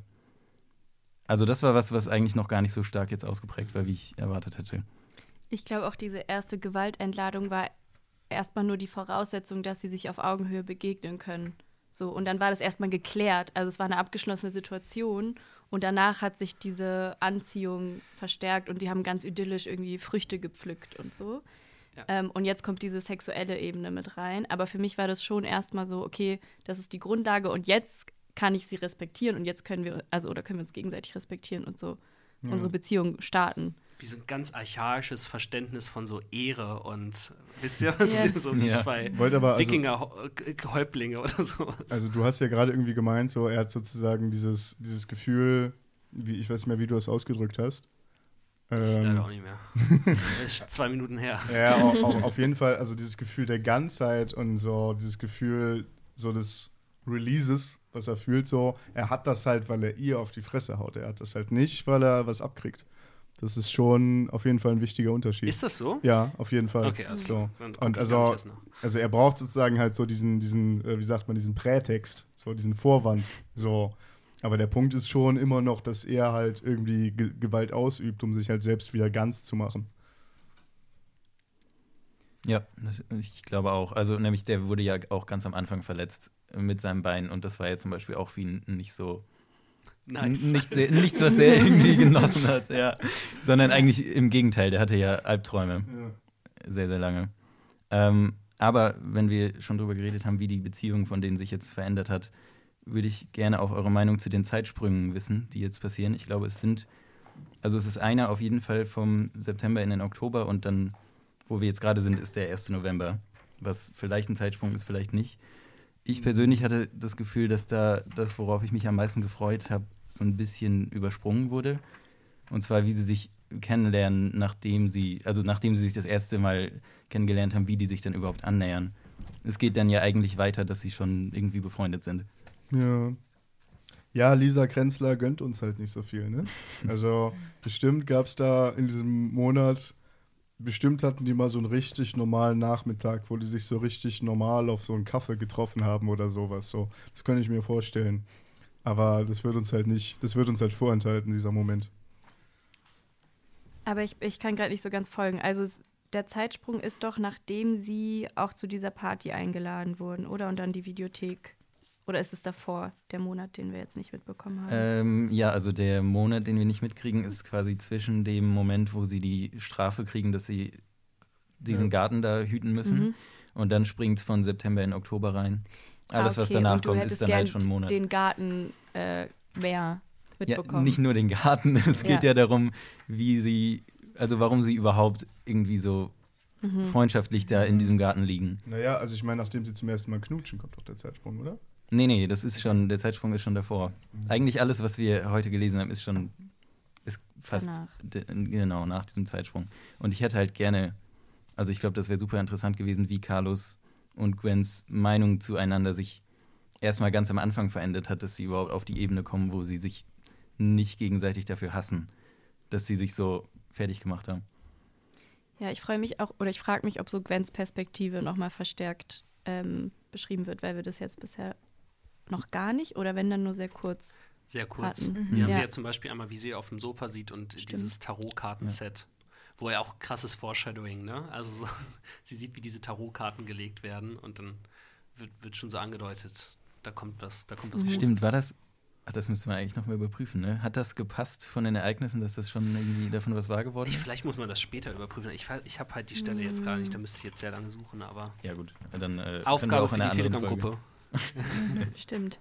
also das war was, was eigentlich noch gar nicht so stark jetzt ausgeprägt war, wie ich erwartet hätte. Ich glaube auch, diese erste Gewaltentladung war erstmal nur die Voraussetzung, dass sie sich auf Augenhöhe begegnen können. So, und dann war das erstmal geklärt. Also es war eine abgeschlossene Situation und danach hat sich diese Anziehung verstärkt und die haben ganz idyllisch irgendwie Früchte gepflückt und so. Ja. Ähm, und jetzt kommt diese sexuelle Ebene mit rein. Aber für mich war das schon erstmal so, okay, das ist die Grundlage und jetzt kann ich sie respektieren und jetzt können wir, also oder können wir uns gegenseitig respektieren und so ja. unsere Beziehung starten. Wie so ein ganz archaisches Verständnis von so Ehre und wisst ihr was? Yeah. So ja. zwei also, Wikinger-Häuptlinge oder sowas. Also du hast ja gerade irgendwie gemeint, so er hat sozusagen dieses, dieses Gefühl, wie ich weiß nicht mehr, wie du es ausgedrückt hast. Ähm, Leider auch nicht mehr. Das ist zwei Minuten her. Ja, auch, auch, auf jeden Fall, also dieses Gefühl der Ganzheit und so, dieses Gefühl so des Releases, was er fühlt, so, er hat das halt, weil er ihr auf die Fresse haut. Er hat das halt nicht, weil er was abkriegt. Das ist schon auf jeden Fall ein wichtiger Unterschied. Ist das so? Ja, auf jeden Fall. Okay, also so. Dann und also, also er braucht sozusagen halt so diesen, diesen, äh, wie sagt man, diesen Prätext, so diesen Vorwand. So. Aber der Punkt ist schon immer noch, dass er halt irgendwie Ge- Gewalt ausübt, um sich halt selbst wieder ganz zu machen. Ja, das, ich glaube auch. Also nämlich der wurde ja auch ganz am Anfang verletzt mit seinem Bein und das war ja zum Beispiel auch für ihn nicht so nice. Nichts, nichts, was er irgendwie genossen hat, ja. Sondern eigentlich im Gegenteil, der hatte ja Albträume. Ja. Sehr, sehr lange. Ähm, aber wenn wir schon drüber geredet haben, wie die Beziehung von denen sich jetzt verändert hat, würde ich gerne auch eure Meinung zu den Zeitsprüngen wissen, die jetzt passieren. Ich glaube, es sind, also es ist einer auf jeden Fall vom September in den Oktober und dann, wo wir jetzt gerade sind, ist der erste November. Was vielleicht ein Zeitsprung ist, vielleicht nicht. Ich persönlich hatte das Gefühl, dass da das, worauf ich mich am meisten gefreut habe, so ein bisschen übersprungen wurde. Und zwar, wie sie sich kennenlernen, nachdem sie, also nachdem sie sich das erste Mal kennengelernt haben, wie die sich dann überhaupt annähern. Es geht dann ja eigentlich weiter, dass sie schon irgendwie befreundet sind. Ja. Ja, Lisa Krenzler gönnt uns halt nicht so viel, ne? Also bestimmt gab es da in diesem Monat, bestimmt hatten die mal so einen richtig normalen Nachmittag, wo die sich so richtig normal auf so einen Kaffee getroffen haben oder sowas. So, das könnte ich mir vorstellen. Aber das wird uns halt nicht, das wird uns halt vorenthalten, dieser Moment. Aber ich, ich kann gerade nicht so ganz folgen. Also es, der Zeitsprung ist doch, nachdem sie auch zu dieser Party eingeladen wurden, oder? Und dann die Videothek. Oder ist es davor, der Monat, den wir jetzt nicht mitbekommen haben? Ähm, ja, also der Monat, den wir nicht mitkriegen, ist quasi zwischen dem Moment, wo sie die Strafe kriegen, dass sie diesen ja. Garten da hüten müssen. Mhm. Und dann springt es von September in Oktober rein. Alles, ah, okay. was danach kommt, ist dann halt schon ein Monat. Den Garten äh, mehr mitbekommen. Ja, nicht nur den Garten, es geht ja. ja darum, wie sie, also warum sie überhaupt irgendwie so mhm. freundschaftlich da in diesem Garten liegen. Naja, also ich meine, nachdem sie zum ersten Mal knutschen, kommt doch der Zeitsprung, oder? Nee, nee, das ist schon, der Zeitsprung ist schon davor. Mhm. Eigentlich alles, was wir heute gelesen haben, ist schon, ist fast de, genau nach diesem Zeitsprung. Und ich hätte halt gerne, also ich glaube, das wäre super interessant gewesen, wie Carlos und Gwens Meinung zueinander sich erstmal ganz am Anfang verändert hat, dass sie überhaupt auf die Ebene kommen, wo sie sich nicht gegenseitig dafür hassen, dass sie sich so fertig gemacht haben. Ja, ich freue mich auch, oder ich frage mich, ob so Gwens Perspektive nochmal verstärkt ähm, beschrieben wird, weil wir das jetzt bisher noch gar nicht oder wenn dann nur sehr kurz Sehr kurz. hatten. Wir haben Ja. sie ja zum Beispiel einmal, wie sie auf dem Sofa sieht und Stimmt. dieses Tarotkartenset, wo ja auch krasses Foreshadowing, ne? Also so, sie sieht, wie diese Tarotkarten gelegt werden und dann wird, wird schon so angedeutet, da kommt was, da kommt was Mhm. Großes. Stimmt, war das, ach, das müssen wir eigentlich noch mal überprüfen, ne? Hat das gepasst von den Ereignissen, dass das schon irgendwie davon was wahr geworden Ich, ist? vielleicht muss man das später überprüfen. Ich, ich habe halt die Stelle jetzt gar nicht, da müsste ich jetzt sehr lange suchen, aber Ja gut, dann äh, können wir Aufgabe auch für in die einer anderen Folge. Telegram-Gruppe. Stimmt.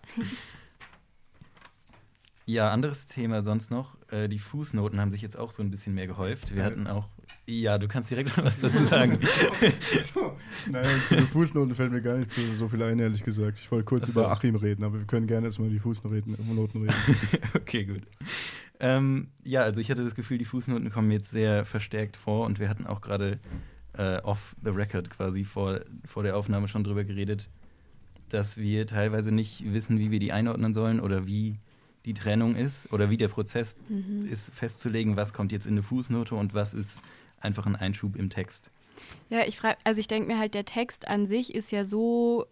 Ja, anderes Thema sonst noch. Äh, die Fußnoten haben sich jetzt auch so ein bisschen mehr gehäuft. Wir Ja. hatten auch. Ja, du kannst direkt noch was dazu sagen. So. Nein, zu den Fußnoten fällt mir gar nicht so, so viel ein, ehrlich gesagt. Ich wollte kurz Ach so. über Achim reden, aber wir können gerne erstmal die Fußnoten reden. Okay, gut. Ähm, ja, also ich hatte das Gefühl, die Fußnoten kommen jetzt sehr verstärkt vor und wir hatten auch gerade äh, off the record quasi vor, vor der Aufnahme schon drüber geredet, dass wir teilweise nicht wissen, wie wir die einordnen sollen oder wie die Trennung ist oder wie der Prozess Mhm. ist, festzulegen, was kommt jetzt in eine Fußnote und was ist einfach ein Einschub im Text. Ja, ich frage, also ich denke mir halt, der Text an sich ist ja so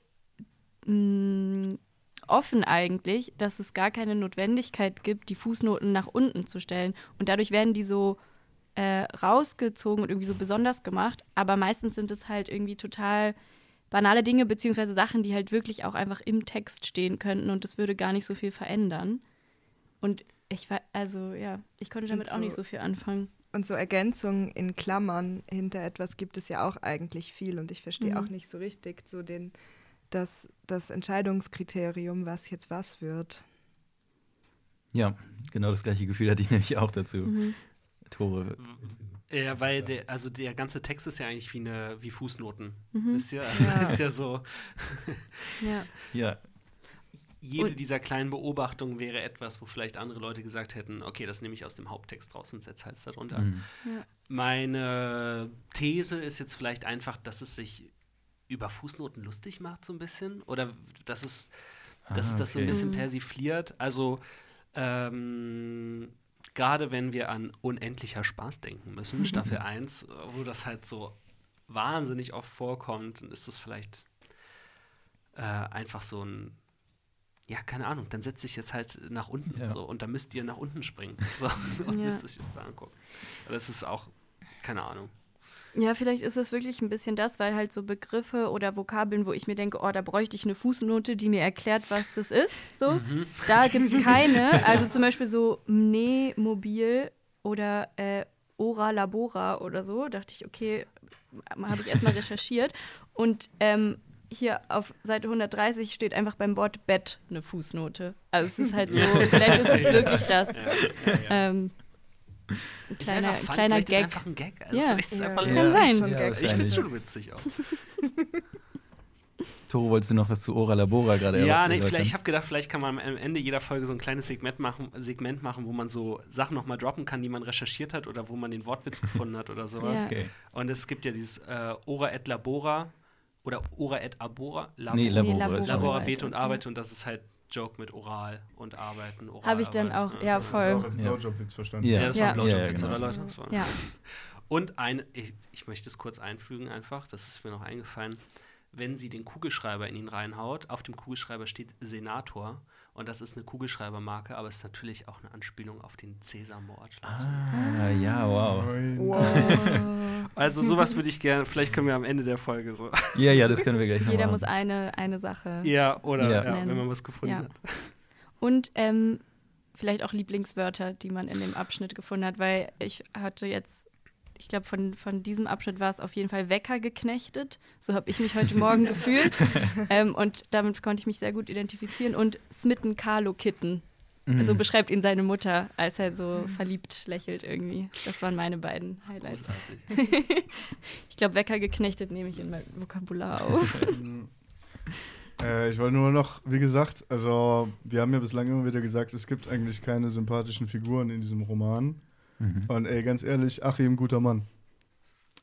mh, offen eigentlich, dass es gar keine Notwendigkeit gibt, die Fußnoten nach unten zu stellen. Und dadurch werden die so äh, rausgezogen und irgendwie so besonders gemacht. Aber meistens sind es halt irgendwie total banale Dinge, beziehungsweise Sachen, die halt wirklich auch einfach im Text stehen könnten und das würde gar nicht so viel verändern. Und ich war, also ja, ich konnte damit Und auch so- nicht so viel anfangen. Und so Ergänzungen in Klammern hinter etwas gibt es ja auch eigentlich viel. Und ich verstehe Mhm. auch nicht so richtig so den, das, das Entscheidungskriterium, was jetzt was wird. Ja, genau das gleiche Gefühl hatte ich nämlich auch dazu. Mhm. Tore. Ja, weil der, also der ganze Text ist ja eigentlich wie eine, wie Fußnoten. Mhm. Wisst ihr? Also Ja. ist ja so, Ja. Ja, jede Und- dieser kleinen Beobachtungen wäre etwas, wo vielleicht andere Leute gesagt hätten, okay, das nehme ich aus dem Haupttext raus und setze halt darunter. mhm. Ja. Meine These ist jetzt vielleicht einfach, dass es sich über Fußnoten lustig macht, so ein bisschen. Oder dass es, dass Ah, es das so ein okay. bisschen Mhm. persifliert. Also, ähm, gerade wenn wir an Unendlicher Spaß denken müssen, Staffel eins, wo das halt so wahnsinnig oft vorkommt, dann ist das vielleicht äh, einfach so ein, ja, keine Ahnung, dann setze ich jetzt halt nach unten Ja. so und dann müsst ihr nach unten springen. So, und Ja. müsst euch das angucken. Aber das ist auch, keine Ahnung. Ja, vielleicht ist es wirklich ein bisschen das, weil halt so Begriffe oder Vokabeln, wo ich mir denke, oh, da bräuchte ich eine Fußnote, die mir erklärt, was das ist. So, Mhm. da gibt es keine. Also zum Beispiel so Mnemobil oder äh, Ora Labora oder so. Dachte ich, okay, habe ich erstmal recherchiert. Und ähm, hier auf Seite hundertdreißig steht einfach beim Wort Bett eine Fußnote. Also es ist halt so, vielleicht ist es wirklich das. Ja, ja, ja. Ähm, ein Ist kleiner, einfach fun, kleiner vielleicht ist Gag. einfach ein Gag. Also Ja. vielleicht ist es Ja. einfach Kann Ja. lustig. sein. Schon Ja, Gag. Ich finde es wahrscheinlich. schon witzig auch. Toro, wolltest du noch was zu Ora Labora gerade Ja, erläutern? nee, vielleicht, ich habe gedacht, vielleicht kann man am Ende jeder Folge so ein kleines Segment machen, Segment machen, wo man so Sachen nochmal droppen kann, die man recherchiert hat oder wo man den Wortwitz gefunden hat oder sowas. Ja. Okay. Und es gibt ja dieses äh, Ora et Labora oder Ora et Abora. Labo- Nee, Labora. Labora. ist Labora, schon- Bete und Arbeit und das ist halt Joke mit Oral und Arbeiten. Oral, Habe ich dann Arbeit, auch, ne? ja, Also- voll. Das auch als Ja. Blowjob-Witz verstanden. Ja. Ja, das war Ja. ein Blowjob-Witz, Ja, ja, oder genau. Leute? Das war Ja. Und ein, ich, ich möchte es kurz einfügen einfach, das ist mir noch eingefallen, wenn sie den Kugelschreiber in ihn reinhaut, auf dem Kugelschreiber steht Senator und das ist eine Kugelschreibermarke, aber es ist natürlich auch eine Anspielung auf den Cäsar-Mord. Ah, ja, wow. Moin. Wow. Also sowas würde ich gerne, vielleicht können wir am Ende der Folge so. Ja, ja, das können wir gleich noch Jeder machen. muss eine, eine Sache. Ja, oder Ja. ja, wenn man was gefunden Ja. hat. Und ähm, vielleicht auch Lieblingswörter, die man in dem Abschnitt gefunden hat, weil ich hatte jetzt, ich glaube, von, von diesem Abschnitt war es auf jeden Fall Wecker geknechtet. So habe ich mich heute Morgen gefühlt. Ähm, und damit konnte ich mich sehr gut identifizieren. Und Smitten Carlo Kitten. Mhm. So beschreibt ihn seine Mutter, als er so verliebt lächelt irgendwie. Das waren meine beiden Highlights. Großartig. Ich glaube, Wecker geknechtet nehme ich in mein Vokabular auf. Äh, ich wollte nur noch, wie gesagt, also wir haben ja bislang immer wieder gesagt, es gibt eigentlich keine sympathischen Figuren in diesem Roman. Mhm. Und ey, ganz ehrlich, Achim, guter Mann.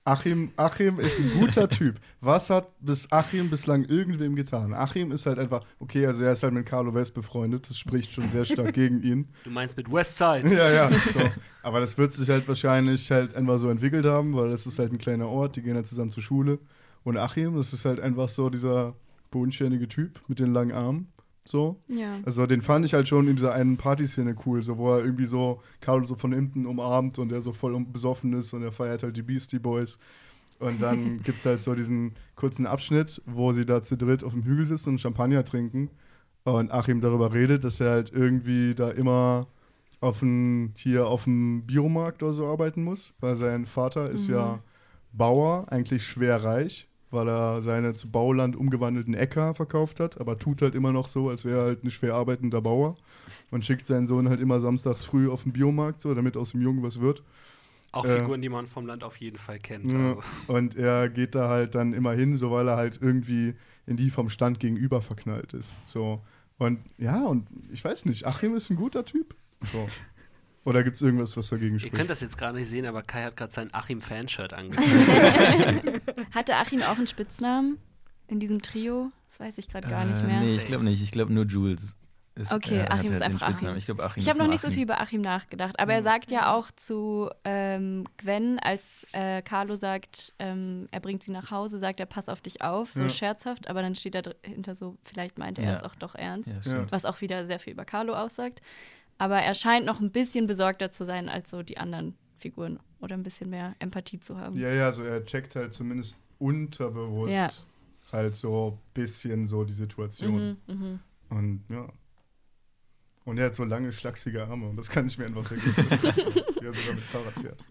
Achim, Achim ist ein guter Typ. Was hat bis Achim bislang irgendwem getan? Achim ist halt einfach, okay, also er ist halt mit Carlo West befreundet, das spricht schon sehr stark gegen ihn. Du meinst mit Westside? Ja, ja, so. Aber das wird sich halt wahrscheinlich halt einfach so entwickelt haben, weil das ist halt ein kleiner Ort, die gehen halt zusammen zur Schule. Und Achim, das ist halt einfach so dieser bodenständige Typ mit den langen Armen. So. Ja. Also den fand ich halt schon in dieser einen Partyszene cool, so wo er irgendwie so Carlo so von hinten umarmt und er so voll besoffen ist und er feiert halt die Beastie Boys. Und dann gibt's halt so diesen kurzen Abschnitt, wo sie da zu dritt auf dem Hügel sitzen und Champagner trinken und Achim darüber redet, dass er halt irgendwie da immer auf dem, hier auf dem Biomarkt oder so arbeiten muss, weil sein Vater ist Mhm. ja Bauer, eigentlich schwer reich, weil er seine zu Bauland umgewandelten Äcker verkauft hat, aber tut halt immer noch so, als wäre er halt ein schwer arbeitender Bauer und schickt seinen Sohn halt immer samstags früh auf den Biomarkt, so, damit aus dem Jungen was wird. Auch Äh, Figuren, die man vom Land auf jeden Fall kennt. Ja, Also. und er geht da halt dann immer hin, so weil er halt irgendwie in die vom Stand gegenüber verknallt ist. So. Und ja, und ich weiß nicht, Achim ist ein guter Typ. So. Oder gibt es irgendwas, was dagegen Ihr spricht? könnt das jetzt gerade nicht sehen, aber Kai hat gerade sein Achim-Fanshirt angezogen. Hatte Achim auch einen Spitznamen in diesem Trio? Das weiß ich gerade gar nicht Äh, mehr. Nee, ich glaube nicht. Ich glaube nur Jules. Ist, Okay, äh, hat Achim ist halt den einfach Spitznamen. Achim. Ich glaube, Achim Ich ist habe noch nur nicht so Achim. viel über Achim nachgedacht, aber er sagt ja auch zu ähm, Gwen, als äh, Carlo sagt, ähm, er bringt sie nach Hause, sagt er, pass auf dich auf, so Ja. scherzhaft, aber dann steht dahinter so, vielleicht meinte er Ja. es auch doch ernst, Ja, Ja. stimmt. was auch wieder sehr viel über Carlo aussagt. Aber er scheint noch ein bisschen besorgter zu sein als so die anderen Figuren oder ein bisschen mehr Empathie zu haben. Ja, ja, so er checkt halt zumindest unterbewusst Ja. halt so ein bisschen so die Situation. Mhm, mhm. Und ja. Und er hat so lange, schlachsige Arme und das kann ich mir einfach sehr gut vorstellen, wie er sogar mit Fahrrad fährt.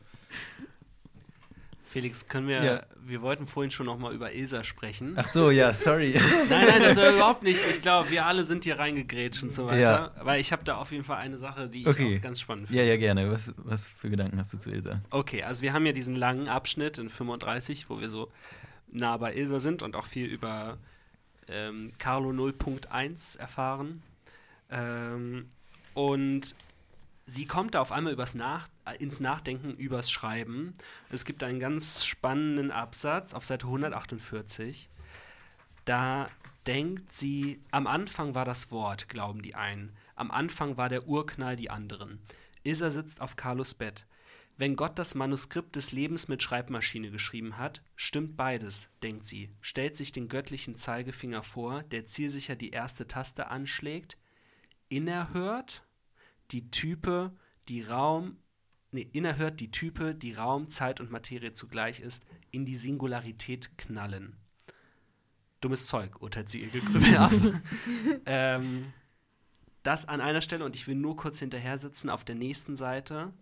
Felix, können wir, Ja. wir wollten vorhin schon noch mal über Ilsa sprechen. Ach so, ja, sorry. Nein, nein, das war überhaupt nicht. Ich glaube, wir alle sind hier reingegrätscht und so weiter. Ja. Weil ich habe da auf jeden Fall eine Sache, die ich Okay. auch ganz spannend Ja, finde. ja, gerne. Was, was für Gedanken hast du zu Ilsa? Okay, also wir haben ja diesen langen Abschnitt in fünfunddreißig, wo wir so nah bei Ilsa sind und auch viel über ähm, Carlo null Punkt eins erfahren. Ähm, und sie kommt da auf einmal übers Nach äh, ins Nachdenken übers Schreiben. Es gibt einen ganz spannenden Absatz auf Seite hundertachtundvierzig. Da denkt sie, am Anfang war das Wort, glauben die einen. Am Anfang war der Urknall die anderen. Ilsa sitzt auf Carlos Bett. Wenn Gott das Manuskript des Lebens mit Schreibmaschine geschrieben hat, stimmt beides, denkt sie, stellt sich den göttlichen Zeigefinger vor, der zielsicher die erste Taste anschlägt, innerhört die Type, die Raum, nee, innerhört die Type, die Raum, Zeit und Materie zugleich ist, in die Singularität knallen. Dummes Zeug, urteilt sie ihr Gegrübel ab. ähm, das an einer Stelle, und ich will nur kurz hinterher sitzen, auf der nächsten Seite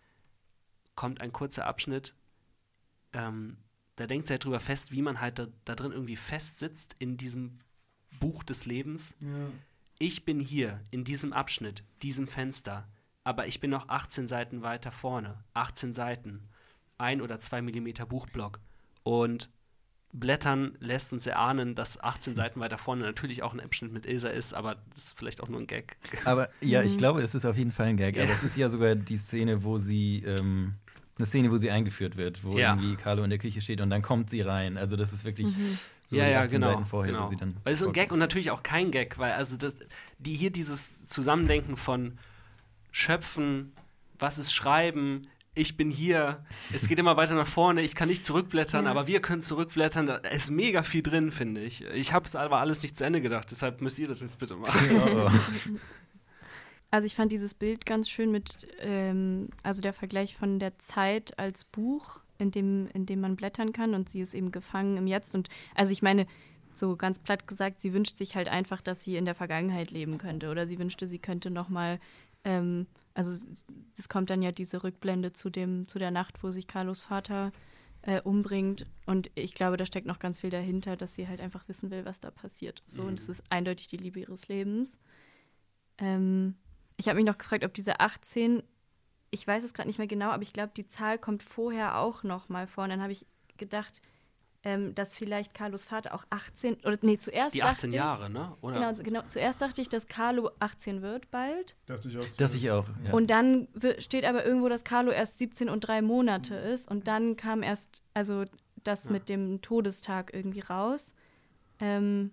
kommt ein kurzer Abschnitt, ähm, da denkt sie halt drüber fest, wie man halt da, da drin irgendwie fest sitzt in diesem Buch des Lebens. Ich bin hier, in diesem Abschnitt, diesem Fenster, aber ich bin noch achtzehn Seiten weiter vorne. achtzehn Seiten. Ein oder zwei Millimeter Buchblock. Und Blättern lässt uns erahnen, dass achtzehn Seiten weiter vorne natürlich auch ein Abschnitt mit Ilsa ist, aber das ist vielleicht auch nur ein Gag. Aber ja, ich Mhm. glaube, es ist auf jeden Fall ein Gag. Ja. Aber es ist ja sogar die Szene, wo sie, ähm, eine Szene, wo sie eingeführt wird, wo Ja. irgendwie Carlo in der Küche steht und dann kommt sie rein. Also das ist wirklich Mhm. so ja, die ja, achtzehn genau. Seiten vorher, genau. wo sie dann Weil es ist ein Gag vorkommt. und natürlich auch kein Gag, weil also das, die hier dieses Zusammendenken von Schöpfen, was ist Schreiben, ich bin hier, es geht immer weiter nach vorne, ich kann nicht zurückblättern, Ja. aber wir können zurückblättern, da ist mega viel drin, finde ich. Ich habe es aber alles nicht zu Ende gedacht, deshalb müsst ihr das jetzt bitte machen. Oh, oh. Also ich fand dieses Bild ganz schön mit, ähm, also der Vergleich von der Zeit als Buch, in dem, in dem man blättern kann und sie ist eben gefangen im Jetzt. Und also ich meine, so ganz platt gesagt, sie wünscht sich halt einfach, dass sie in der Vergangenheit leben könnte. Oder sie wünschte, sie könnte nochmal, ähm, also es kommt dann ja diese Rückblende zu dem, zu der Nacht, wo sich Carlos Vater äh, umbringt. Und ich glaube, da steckt noch ganz viel dahinter, dass sie halt einfach wissen will, was da passiert. So, Mhm. und es ist eindeutig die Liebe ihres Lebens. Ähm, ich habe mich noch gefragt, ob diese achtzehn, ich weiß es gerade nicht mehr genau, aber ich glaube, die Zahl kommt vorher auch noch mal vor. Und dann habe ich gedacht, ähm, dass vielleicht Carlos Vater auch achtzehn, oder nee, zuerst Die dachte achtzehn ich, Jahre, ne? Oder? Genau, genau, zuerst dachte ich, dass Carlo achtzehn wird bald. Dachte ich auch. Dachte ich auch. Ja. Und dann w- steht aber irgendwo, dass Carlo erst siebzehn und drei Monate ist. Und dann kam erst, also das Ja. mit dem Todestag irgendwie raus. Ähm,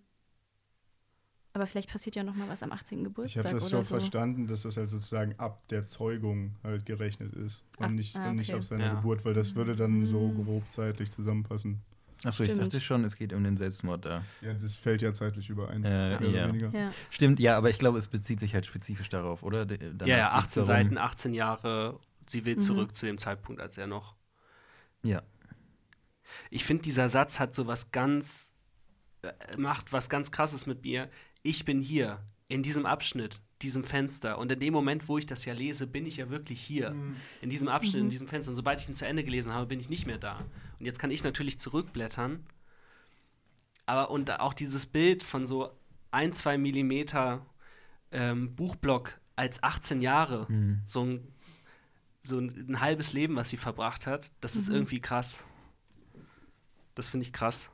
aber vielleicht passiert ja noch mal was am achtzehnten Ich Geburtstag habe das oder so so. verstanden, dass das halt sozusagen ab der Zeugung halt gerechnet ist. Und, Ach, nicht, ah, und nicht okay. ab seiner Ja. Geburt, weil das würde dann so Mhm. grob zeitlich zusammenpassen. Achso, ich Stimmt. dachte schon, es geht um den Selbstmord da. Ja, das fällt ja zeitlich überein. Äh, mehr oder ja. weniger. Ja. Stimmt, ja, aber ich glaube, es bezieht sich halt spezifisch darauf, oder? D- danach Ja, ja, geht's achtzehn darum- Seiten, achtzehn Jahre. Sie will Mhm. zurück zu dem Zeitpunkt, als er noch. Ja. Ich finde, dieser Satz hat so was ganz, äh, macht was ganz Krasses mit mir. Ich bin hier, in diesem Abschnitt, diesem Fenster. Und in dem Moment, wo ich das ja lese, bin ich ja wirklich hier. In diesem Abschnitt, in diesem Fenster. Und sobald ich ihn zu Ende gelesen habe, bin ich nicht mehr da. Und jetzt kann ich natürlich zurückblättern. Aber und auch dieses Bild von so ein, zwei Millimeter ähm, Buchblock als achtzehn Jahre, Mhm. so ein, so ein, ein halbes Leben, was sie verbracht hat, das ist Mhm. irgendwie krass. Das finde ich krass.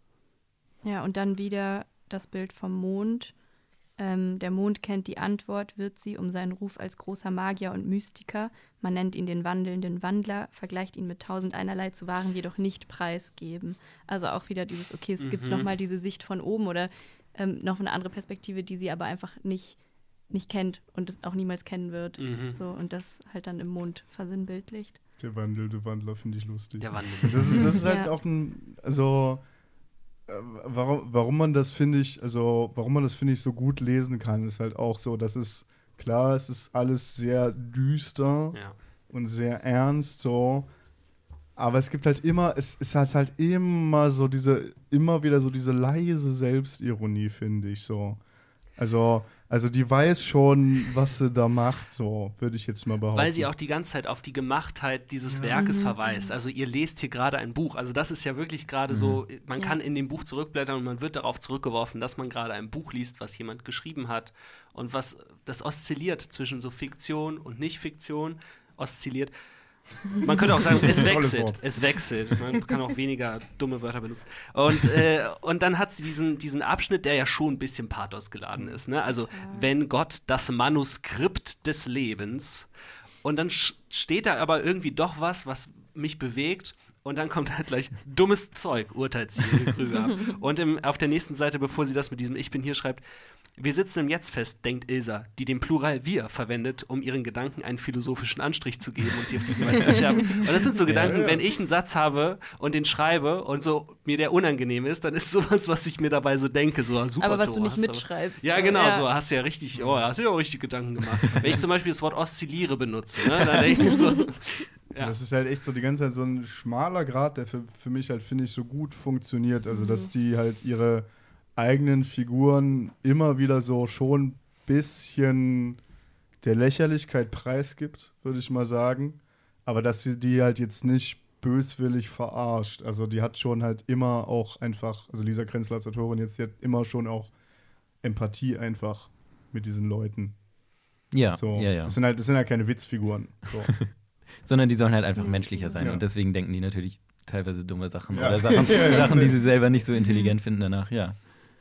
Ja, und dann wieder das Bild vom Mond. Ähm, der Mond kennt die Antwort, wird sie um seinen Ruf als großer Magier und Mystiker. Man nennt ihn den wandelnden Wandler, vergleicht ihn mit tausend einerlei zu Waren, jedoch nicht preisgeben. Also auch wieder dieses, okay, es gibt Mhm. nochmal diese Sicht von oben oder ähm, noch eine andere Perspektive, die sie aber einfach nicht, nicht kennt und es auch niemals kennen wird. Mhm. So, und das halt dann im Mond versinnbildlicht. Der wandelnde Wandler finde ich lustig. Der Wandel. Das ist, das ist halt Ja. auch ein, also äh, warum, warum man das finde ich, also warum man das finde ich so gut lesen kann, ist halt auch so, dass es klar, es ist alles sehr düster Ja. und sehr ernst so, aber es gibt halt immer, es, es hat halt immer so diese, immer wieder so diese leise Selbstironie, finde ich so. Also, also die weiß schon, was sie da macht, so würde ich jetzt mal behaupten. Weil sie auch die ganze Zeit auf die Gemachtheit dieses Werkes verweist. Also ihr lest hier gerade ein Buch. Also das ist ja wirklich gerade so, man Ja. kann in dem Buch zurückblättern und man wird darauf zurückgeworfen, dass man gerade ein Buch liest, was jemand geschrieben hat und was das oszilliert zwischen so Fiktion und Nicht-Fiktion, oszilliert. Man könnte auch sagen, es Tolles wechselt. Wort. Es wechselt. Man kann auch weniger dumme Wörter benutzen. Und, äh, und dann hat sie diesen, diesen Abschnitt, der ja schon ein bisschen Pathos geladen ist. Ne? Also, wenn Gott das Manuskript des Lebens. Und dann sch- steht da aber irgendwie doch was, was mich bewegt. Und dann kommt halt gleich dummes Zeug, urteilt sie Krüger. Und im, auf der nächsten Seite, bevor sie das mit diesem Ich bin hier schreibt, wir sitzen im Jetzt fest, denkt Ilsa, die den Plural wir verwendet, um ihren Gedanken einen philosophischen Anstrich zu geben und sie auf diese Weise zu schärfen. Und das sind so Gedanken, ja. wenn ich einen Satz habe und den schreibe und so mir der unangenehm ist, dann ist sowas, was ich mir dabei so denke, so ah, super. Aber was Thor, du nicht hast aber- mitschreibst. Ja, so, genau, so hast du ja richtig, oh, hast du ja auch richtig Gedanken gemacht. Wenn ich zum Beispiel das Wort oszilliere benutze, ne, dann denke ich so, ja. Das ist halt echt so die ganze Zeit so ein schmaler Grad, der für, für mich halt, finde ich, so gut funktioniert. Also, dass die halt ihre eigenen Figuren immer wieder so schon ein bisschen der Lächerlichkeit preisgibt, würde ich mal sagen. Aber dass sie die halt jetzt nicht böswillig verarscht. Also, die hat schon halt immer auch einfach, also Lisa Krenzler als Autorin jetzt, die hat immer schon auch Empathie einfach mit diesen Leuten. Ja, So. ja, ja. Das sind halt, das sind halt keine Witzfiguren. So. Sondern die sollen halt einfach menschlicher sein. Ja. Und deswegen denken die natürlich teilweise dumme Sachen Ja. oder Sachen, Ja, ja, Sachen, die safe. sie selber nicht so intelligent finden danach, ja.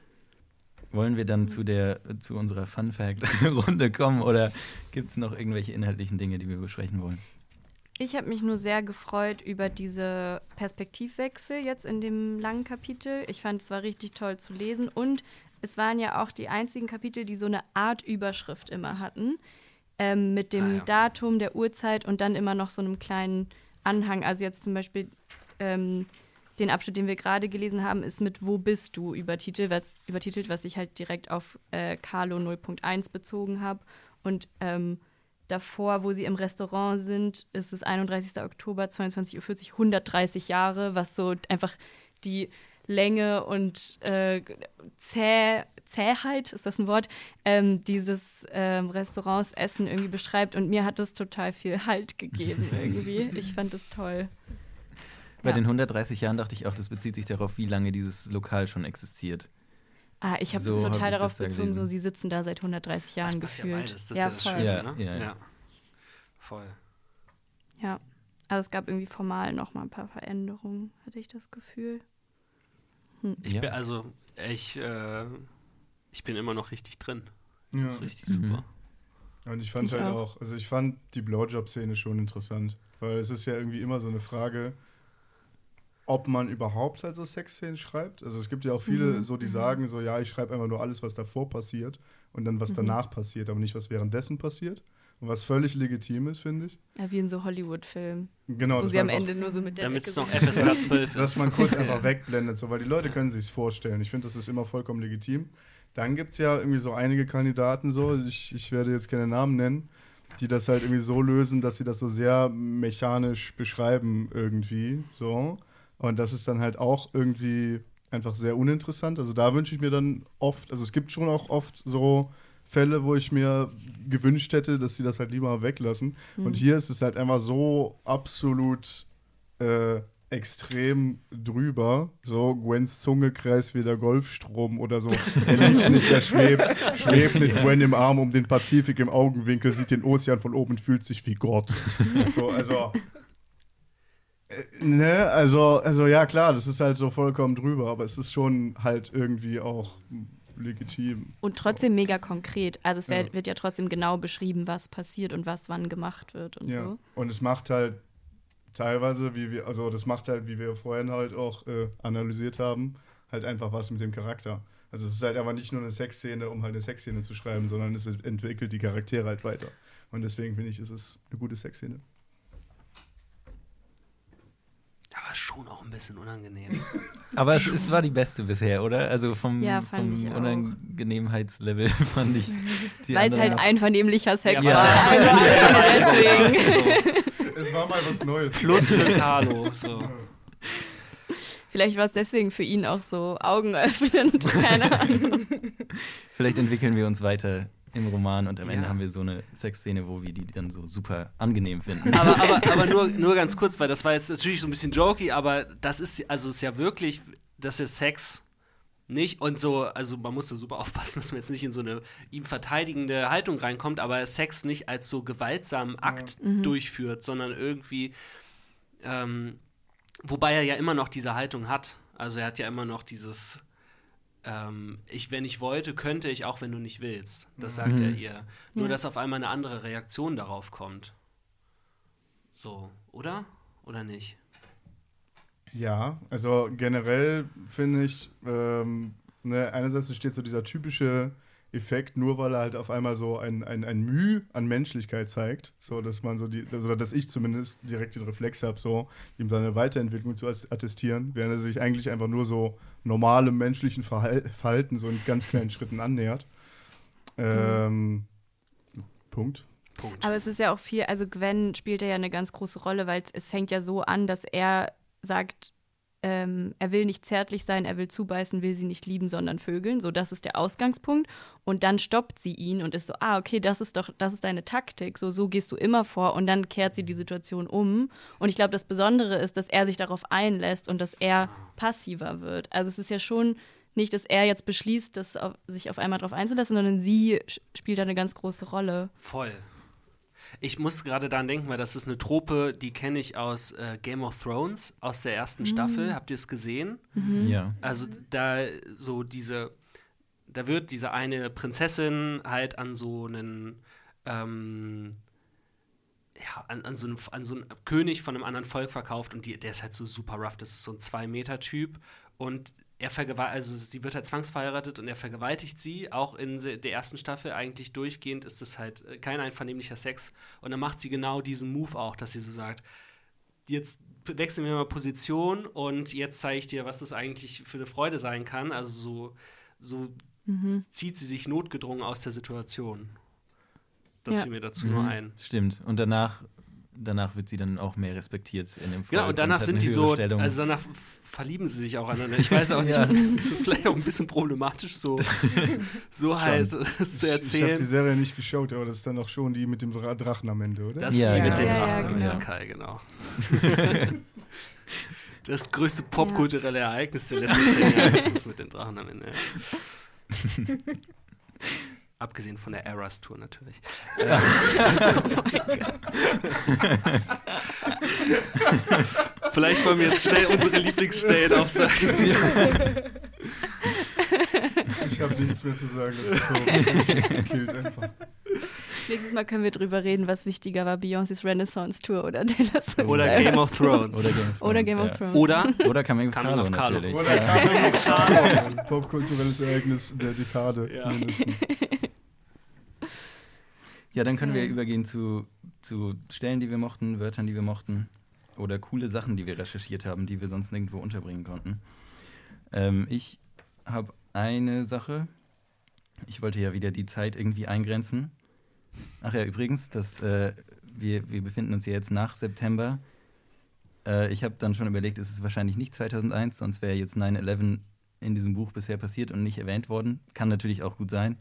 Wollen wir dann zu der zu unserer Fun-Fact-Runde kommen oder gibt es noch irgendwelche inhaltlichen Dinge, die wir besprechen wollen? Ich habe mich nur sehr gefreut über diese Perspektivwechsel jetzt in dem langen Kapitel. Ich fand, es war richtig toll zu lesen und es waren ja auch die einzigen Kapitel, die so eine Art Überschrift immer hatten, ähm, mit dem Ah, ja. Datum, der Uhrzeit und dann immer noch so einem kleinen Anhang. Also jetzt zum Beispiel ähm, den Abschnitt, den wir gerade gelesen haben, ist mit Wo bist du übertitelt, was, übertitelt, was ich halt direkt auf äh, Carlo null Punkt eins bezogen habe. Und ähm, davor, wo sie im Restaurant sind, ist es einunddreißigster Oktober, zweiundzwanzig Uhr vierzig, hundertdreißig Jahre, was so einfach die Länge und äh, Zäh, Zähheit, ist das ein Wort, ähm, dieses ähm, Restaurants Essen irgendwie beschreibt. Und mir hat das total viel Halt gegeben irgendwie. Ich fand das toll. Bei Ja. den hundertdreißig Jahren dachte ich auch, das bezieht sich darauf, wie lange dieses Lokal schon existiert. Ah, ich habe So das hab total ich darauf das da bezogen, so gelesen. sie sitzen da seit hundertdreißig Jahren Das passt ja gefühlt. beides, das ja, ist ja das voll. Schöne, Ja, ne? ja, ja. Voll. Ja, also es gab irgendwie formal noch mal ein paar Veränderungen, hatte ich das Gefühl. Hm. Ich Ja. bin, also, ich, äh, ich bin immer noch richtig drin. Ja. Das ist richtig Mhm. super. Und ich fand Ich halt auch. auch, also ich fand die Blowjob-Szene schon interessant, weil es ist ja irgendwie immer so eine Frage, ob man überhaupt halt so Sexszenen schreibt. Also es gibt ja auch viele Mhm. so, die Mhm. sagen so, ja, ich schreibe einfach nur alles, was davor passiert und dann was Mhm. danach passiert, aber nicht, was währenddessen passiert. Und was völlig legitim ist, finde ich. Ja, wie in so Hollywood-Filmen, Genau, wo dass sie am man einfach- Ende nur so mit der Damit Decke es noch so- F S K zwölf ist. dass man kurz Ja. einfach wegblendet, so, weil die Leute können sich vorstellen. Ich finde, das ist immer vollkommen legitim. Dann gibt es ja irgendwie so einige Kandidaten, so, ich, ich werde jetzt keine Namen nennen, die das halt irgendwie so lösen, dass sie das so sehr mechanisch beschreiben irgendwie, so. Und das ist dann halt auch irgendwie einfach sehr uninteressant. Also da wünsche ich mir dann oft, also es gibt schon auch oft so Fälle, wo ich mir gewünscht hätte, dass sie das halt lieber weglassen. Hm. Und hier ist es halt einfach so absolut äh, extrem drüber. So, Gwens Zunge kreist wie der Golfstrom oder so. Er liegt nicht, er schwebt, schwebt mit Gwen im Arm um den Pazifik im Augenwinkel, sieht den Ozean von oben und fühlt sich wie Gott. So, also. äh, Ne, also, also ja klar, das ist halt so vollkommen drüber, aber es ist schon halt irgendwie auch legitim. Und trotzdem mega konkret. Also es wär, Ja. wird ja trotzdem genau beschrieben, was passiert und was wann gemacht wird und Ja. so. Und es macht halt teilweise, wie wir, also das macht halt, wie wir vorhin halt auch äh, analysiert haben, halt einfach was mit dem Charakter. Also es ist halt aber nicht nur eine Sexszene, um halt eine Sexszene zu schreiben, sondern es entwickelt die Charaktere halt weiter. Und deswegen finde ich, ist es eine gute Sexszene. Aber schon auch ein bisschen unangenehm. Aber es, es war die beste bisher, oder? Also vom, Ja, fand vom ich auch. Unangenehmheitslevel fand ich die Weil es andere halt noch- einvernehmlicher Sex Ja, war. weil Also es deswegen. so, Es war mal was Neues. Plus für Carlo. So. Vielleicht war es deswegen für ihn auch so augenöffnend. Keine Ahnung. Vielleicht entwickeln wir uns weiter im Roman und am Ende Ja. haben wir so eine Sexszene, wo wir die dann so super angenehm finden. Aber, aber, aber nur, nur ganz kurz, weil das war jetzt natürlich so ein bisschen jokey, aber das ist, also ist ja wirklich, das ist Sex nicht und so, also man muss da super aufpassen, dass man jetzt nicht in so eine ihm verteidigende Haltung reinkommt, aber Sex nicht als so gewaltsamen Akt durchführt, sondern irgendwie, ähm, wobei er ja immer noch diese Haltung hat. Also er hat ja immer noch dieses ähm, ich, wenn ich wollte, könnte ich auch, wenn du nicht willst. Das sagt Mhm. er ihr. Nur, Ja. dass auf einmal eine andere Reaktion darauf kommt. So, oder? Oder nicht? Ja, also generell finde ich, ähm, ne, einerseits steht so dieser typische Effekt, nur weil er halt auf einmal so ein, ein, ein Mühe an Menschlichkeit zeigt, so dass man so die, also dass ich zumindest direkt den Reflex habe, so ihm seine Weiterentwicklung zu attestieren, während er sich eigentlich einfach nur so normalem menschlichen Verhal- Verhalten so in ganz kleinen Schritten annähert. Ähm, Punkt. Punkt. Aber es ist ja auch viel, also Gwen spielt ja eine ganz große Rolle, weil es, es fängt ja so an, dass er sagt, ähm, er will nicht zärtlich sein, er will zubeißen, will sie nicht lieben, sondern vögeln. So, das ist der Ausgangspunkt. Und dann stoppt sie ihn und ist so, ah, okay, das ist doch, das ist deine Taktik. So, so gehst du immer vor. Und dann kehrt sie die Situation um. Und ich glaube, das Besondere ist, dass er sich darauf einlässt und dass er passiver wird. Also es ist ja schon nicht, dass er jetzt beschließt, das auf, sich auf einmal darauf einzulassen, sondern sie sch- spielt da eine ganz große Rolle. Voll. Ich muss gerade daran denken, weil das ist eine Trope, die kenne ich aus äh, Game of Thrones, aus der ersten Staffel. Habt ihr es gesehen? Ja. Also da so diese, da wird diese eine Prinzessin halt an so einen, ähm, ja, an, an, so einen, an so einen König von einem anderen Volk verkauft und die, der ist halt so super rough, das ist so ein Zwei-Meter-Typ und er vergewaltigt, also sie wird halt zwangsverheiratet und er vergewaltigt sie, auch in se- der ersten Staffel eigentlich durchgehend ist das halt äh, kein einvernehmlicher Sex und dann macht sie genau diesen Move auch, dass sie so sagt, jetzt wechseln wir mal Position und jetzt zeige ich dir, was das eigentlich für eine Freude sein kann. Also so, so zieht sie sich notgedrungen aus der Situation. Das Ja. fiel mir dazu nur Mhm. ein. Stimmt. Und danach, danach wird sie dann auch mehr respektiert in dem Volk. Genau, und danach hat sind eine die höhere so, Stellung. also danach f- verlieben sie sich auch aneinander. Ich weiß auch nicht, Ja. so vielleicht auch ein bisschen problematisch, so, so halt das zu Ich habe erzählen. die Serie nicht geschaut, aber das ist dann auch schon die mit dem Dra- Drachen am Ende, oder? Das Ja, ist die genau. mit den Ja, ja, Drachen. genau. Ja, Kai, genau. Das größte popkulturelle Ereignis der letzten zehn Jahre ist das mit den Drachen am Ende. Ja. Abgesehen von der Eras-Tour natürlich. Ja. Oh mein Gott. Vielleicht wollen wir jetzt schnell unsere Lieblingsstellen aufsagen. Ich habe nichts mehr zu sagen. Das killt einfach. Nächstes Mal können wir drüber reden, was wichtiger war, Beyoncés Renaissance-Tour oder Taylor Swift. Oder Game of Thrones. Oder Game of Thrones. Oder Game of ja. Thrones. Oder Oder Coming of Coming Carlo, of Carlo. natürlich. Oder Ja. Coming of Carlo. Popkulturelles Ereignis der Dekade Ja. mindestens. Ja, dann können wir Ja. übergehen zu, zu Stellen, die wir mochten, Wörtern, die wir mochten oder coole Sachen, die wir recherchiert haben, die wir sonst nirgendwo unterbringen konnten. Ähm, ich habe eine Sache. Ich wollte ja wieder die Zeit irgendwie eingrenzen. Ach ja, übrigens, das, äh, wir, wir befinden uns ja jetzt nach September. Äh, ich habe dann schon überlegt, es ist wahrscheinlich nicht zweitausendeins, sonst wäre jetzt nine eleven in diesem Buch bisher passiert und nicht erwähnt worden. Kann natürlich auch gut sein.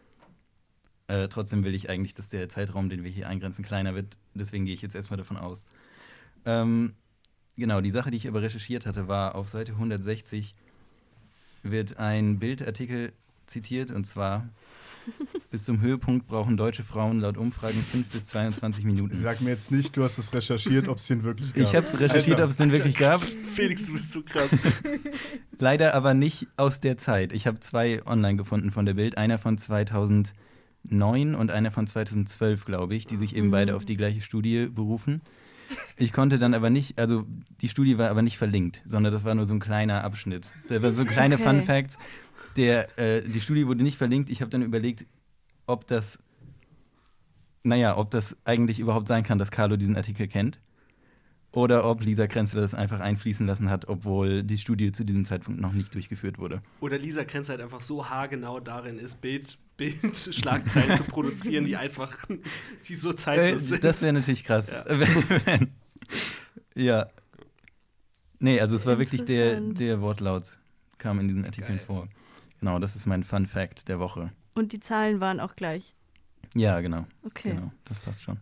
Äh, trotzdem will ich eigentlich, dass der Zeitraum, den wir hier eingrenzen, kleiner wird. Deswegen gehe ich jetzt erstmal davon aus. Ähm, genau, die Sache, die ich aber recherchiert hatte, war auf Seite hundertsechzig wird ein Bildartikel zitiert, und zwar: Bis zum Höhepunkt brauchen deutsche Frauen laut Umfragen fünf bis zweiundzwanzig Minuten. Sag mir jetzt nicht, du hast es recherchiert, ob es den wirklich gab. Ich habe es recherchiert, Alter. ob es den wirklich gab. Felix, du bist so krass. Leider aber nicht aus der Zeit. Ich habe zwei online gefunden von der Bild. Einer von zweitausendneun und einer von zweitausendzwölf, glaube ich, die sich eben beide auf die gleiche Studie berufen. Ich konnte dann aber nicht, also die Studie war aber nicht verlinkt, sondern das war nur so ein kleiner Abschnitt. Da waren so kleine Okay. Fun Facts. Der, äh, die Studie wurde nicht verlinkt. Ich habe dann überlegt, ob das, naja, ob das eigentlich überhaupt sein kann, dass Carlo diesen Artikel kennt. Oder ob Lisa Krenzler das einfach einfließen lassen hat, obwohl die Studie zu diesem Zeitpunkt noch nicht durchgeführt wurde. Oder Lisa Krenz halt einfach so haargenau darin ist, Bild, Bildschlagzeilen zu produzieren, die einfach, die so Äh, zeitlos sind. das wäre natürlich krass. Ja. Wenn, wenn, ja. Nee, also es war wirklich der, Interessant. der Wortlaut, kam in diesen Artikeln Geil. vor. Genau, das ist mein Fun Fact der Woche. Und die Zahlen waren auch gleich. Ja, genau. Okay. Genau, das passt schon.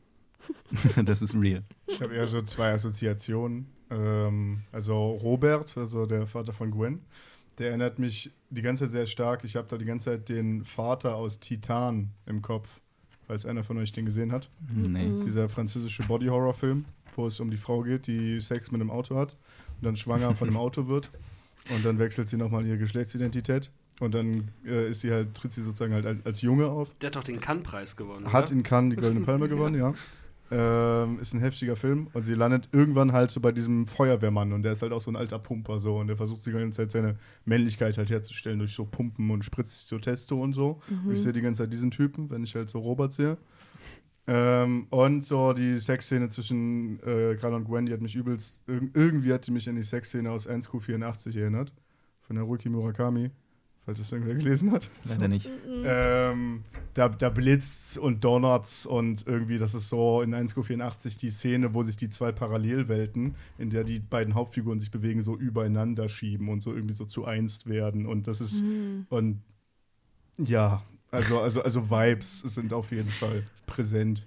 Das ist real. Ich habe eher so zwei Assoziationen. Ähm, also Robert, also der Vater von Gwen, der erinnert mich die ganze Zeit sehr stark. Ich habe da die ganze Zeit den Vater aus Titan im Kopf, falls einer von euch den gesehen hat. Nee. Mhm. Dieser französische Body-Horror-Film, wo es um die Frau geht, die Sex mit einem Auto hat und dann schwanger von einem Auto wird. Und dann wechselt sie nochmal ihre Geschlechtsidentität. Und dann äh, ist sie halt, tritt sie sozusagen halt als, als Junge auf. Der hat doch den Cannes-Preis gewonnen, Hat oder? in Cannes die Goldene Palme gewonnen, ja. Ähm, ist ein heftiger Film. Und sie landet irgendwann halt so bei diesem Feuerwehrmann. Und der ist halt auch so ein alter Pumper so. Und der versucht die ganze Zeit seine Männlichkeit halt herzustellen durch so Pumpen und spritzt sich so Testo und so. Und ich sehe die ganze Zeit diesen Typen, wenn ich halt so Robert sehe. Ähm, und so die Sexszene zwischen äh, Carlo und Gwen, die hat mich übelst, irg- irgendwie hat die mich an die Sexszene aus eins Q vierundachtzig erinnert. Von Haruki Murakami, falls das irgendwer gelesen hat. Leider nicht. Ähm, da, da blitzt's und donnert's und irgendwie, das ist so in eins Q vierundachtzig die Szene, wo sich die zwei Parallelwelten, in der die beiden Hauptfiguren sich bewegen, so übereinander schieben und so irgendwie so zu einst werden. Und das ist, Mhm. und ja, also, also, also Vibes sind auf jeden Fall präsent.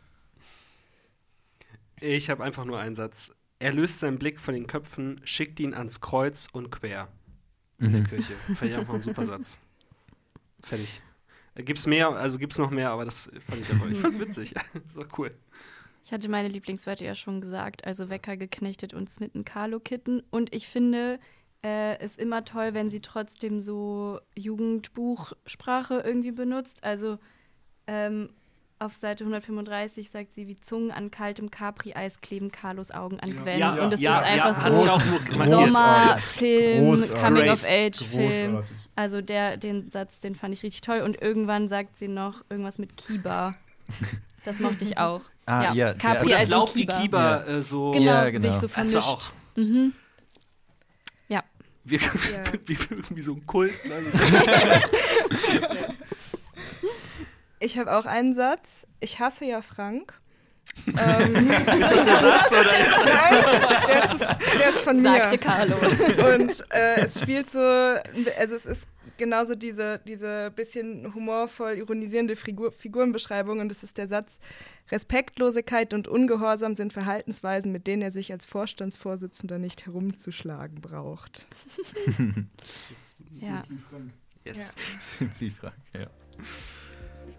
Ich habe einfach nur einen Satz. Er löst seinen Blick von den Köpfen, schickt ihn ans Kreuz und quer in der Mhm. Kirche. Fand ich einfach ein super Satz. Fertig. Äh, Gibt's mehr, also gibt's noch mehr, aber das fand ich einfach, ich fand's witzig. Das war cool. Ich hatte meine Lieblingswörter ja schon gesagt, also Wecker, geknechtet und Smitten, Carlo-Kitten. Und ich finde äh, es immer toll, wenn sie trotzdem so Jugendbuchsprache irgendwie benutzt. Also ähm, auf Seite hundertfünfunddreißig sagt sie, wie Zungen an kaltem Capri-Eis kleben Carlos Augen an Gwen. Ja, und es ja, ist einfach ja, hatte ich so auch nur gemeint. Sommerfilm, Großartig. Coming-of-Age-Film. Großartig. Also der, den Satz, den fand ich richtig toll. Und irgendwann sagt sie noch irgendwas mit Kiba. Das mochte ich auch. Ah, ja, der- Capri Und das Eis und Laub wie Kiba. Kiba äh, so. Genau, Ja, genau. sich so Das war vermischt. auch. Mhm. Ja. Wie, Ja. wie irgendwie so ein Kult. Ne? Ich habe auch einen Satz. Ich hasse ja Frank. ähm, Ist das der Satz oder ist das Nein, der ist, der ist von mir. Sagte Carlo. Und äh, es spielt so, also es ist genauso diese, diese bisschen humorvoll ironisierende Figur, Figurenbeschreibung und es ist der Satz: Respektlosigkeit und Ungehorsam sind Verhaltensweisen, mit denen er sich als Vorstandsvorsitzender nicht herumzuschlagen braucht. das ist Ja. yes. Simply Frank, ja.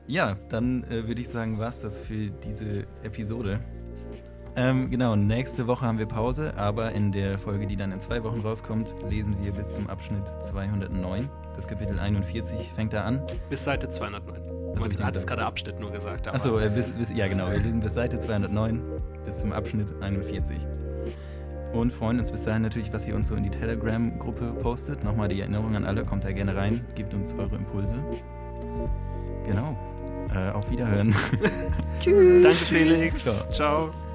Ja, dann äh, würde ich sagen, war es das für diese Episode. Ähm, genau, nächste Woche haben wir Pause, aber in der Folge, die dann in zwei Wochen rauskommt, lesen wir bis zum Abschnitt zweihundertneun. Das Kapitel einundvierzig fängt da an. Bis Seite zweihundertneun. Das Man ich hat es gedacht. gerade Abschnitt nur gesagt. aber- Achso, äh, bis, bis, ja genau, wir lesen bis Seite zweihundertneun, bis zum Abschnitt einundvierzig. Und freuen uns bis dahin natürlich, was ihr uns so in die Telegram-Gruppe postet. Nochmal die Erinnerung an alle, kommt da gerne rein, gebt uns eure Impulse. Genau, äh, auf Wiederhören. Danke, Felix. Ciao. Ciao.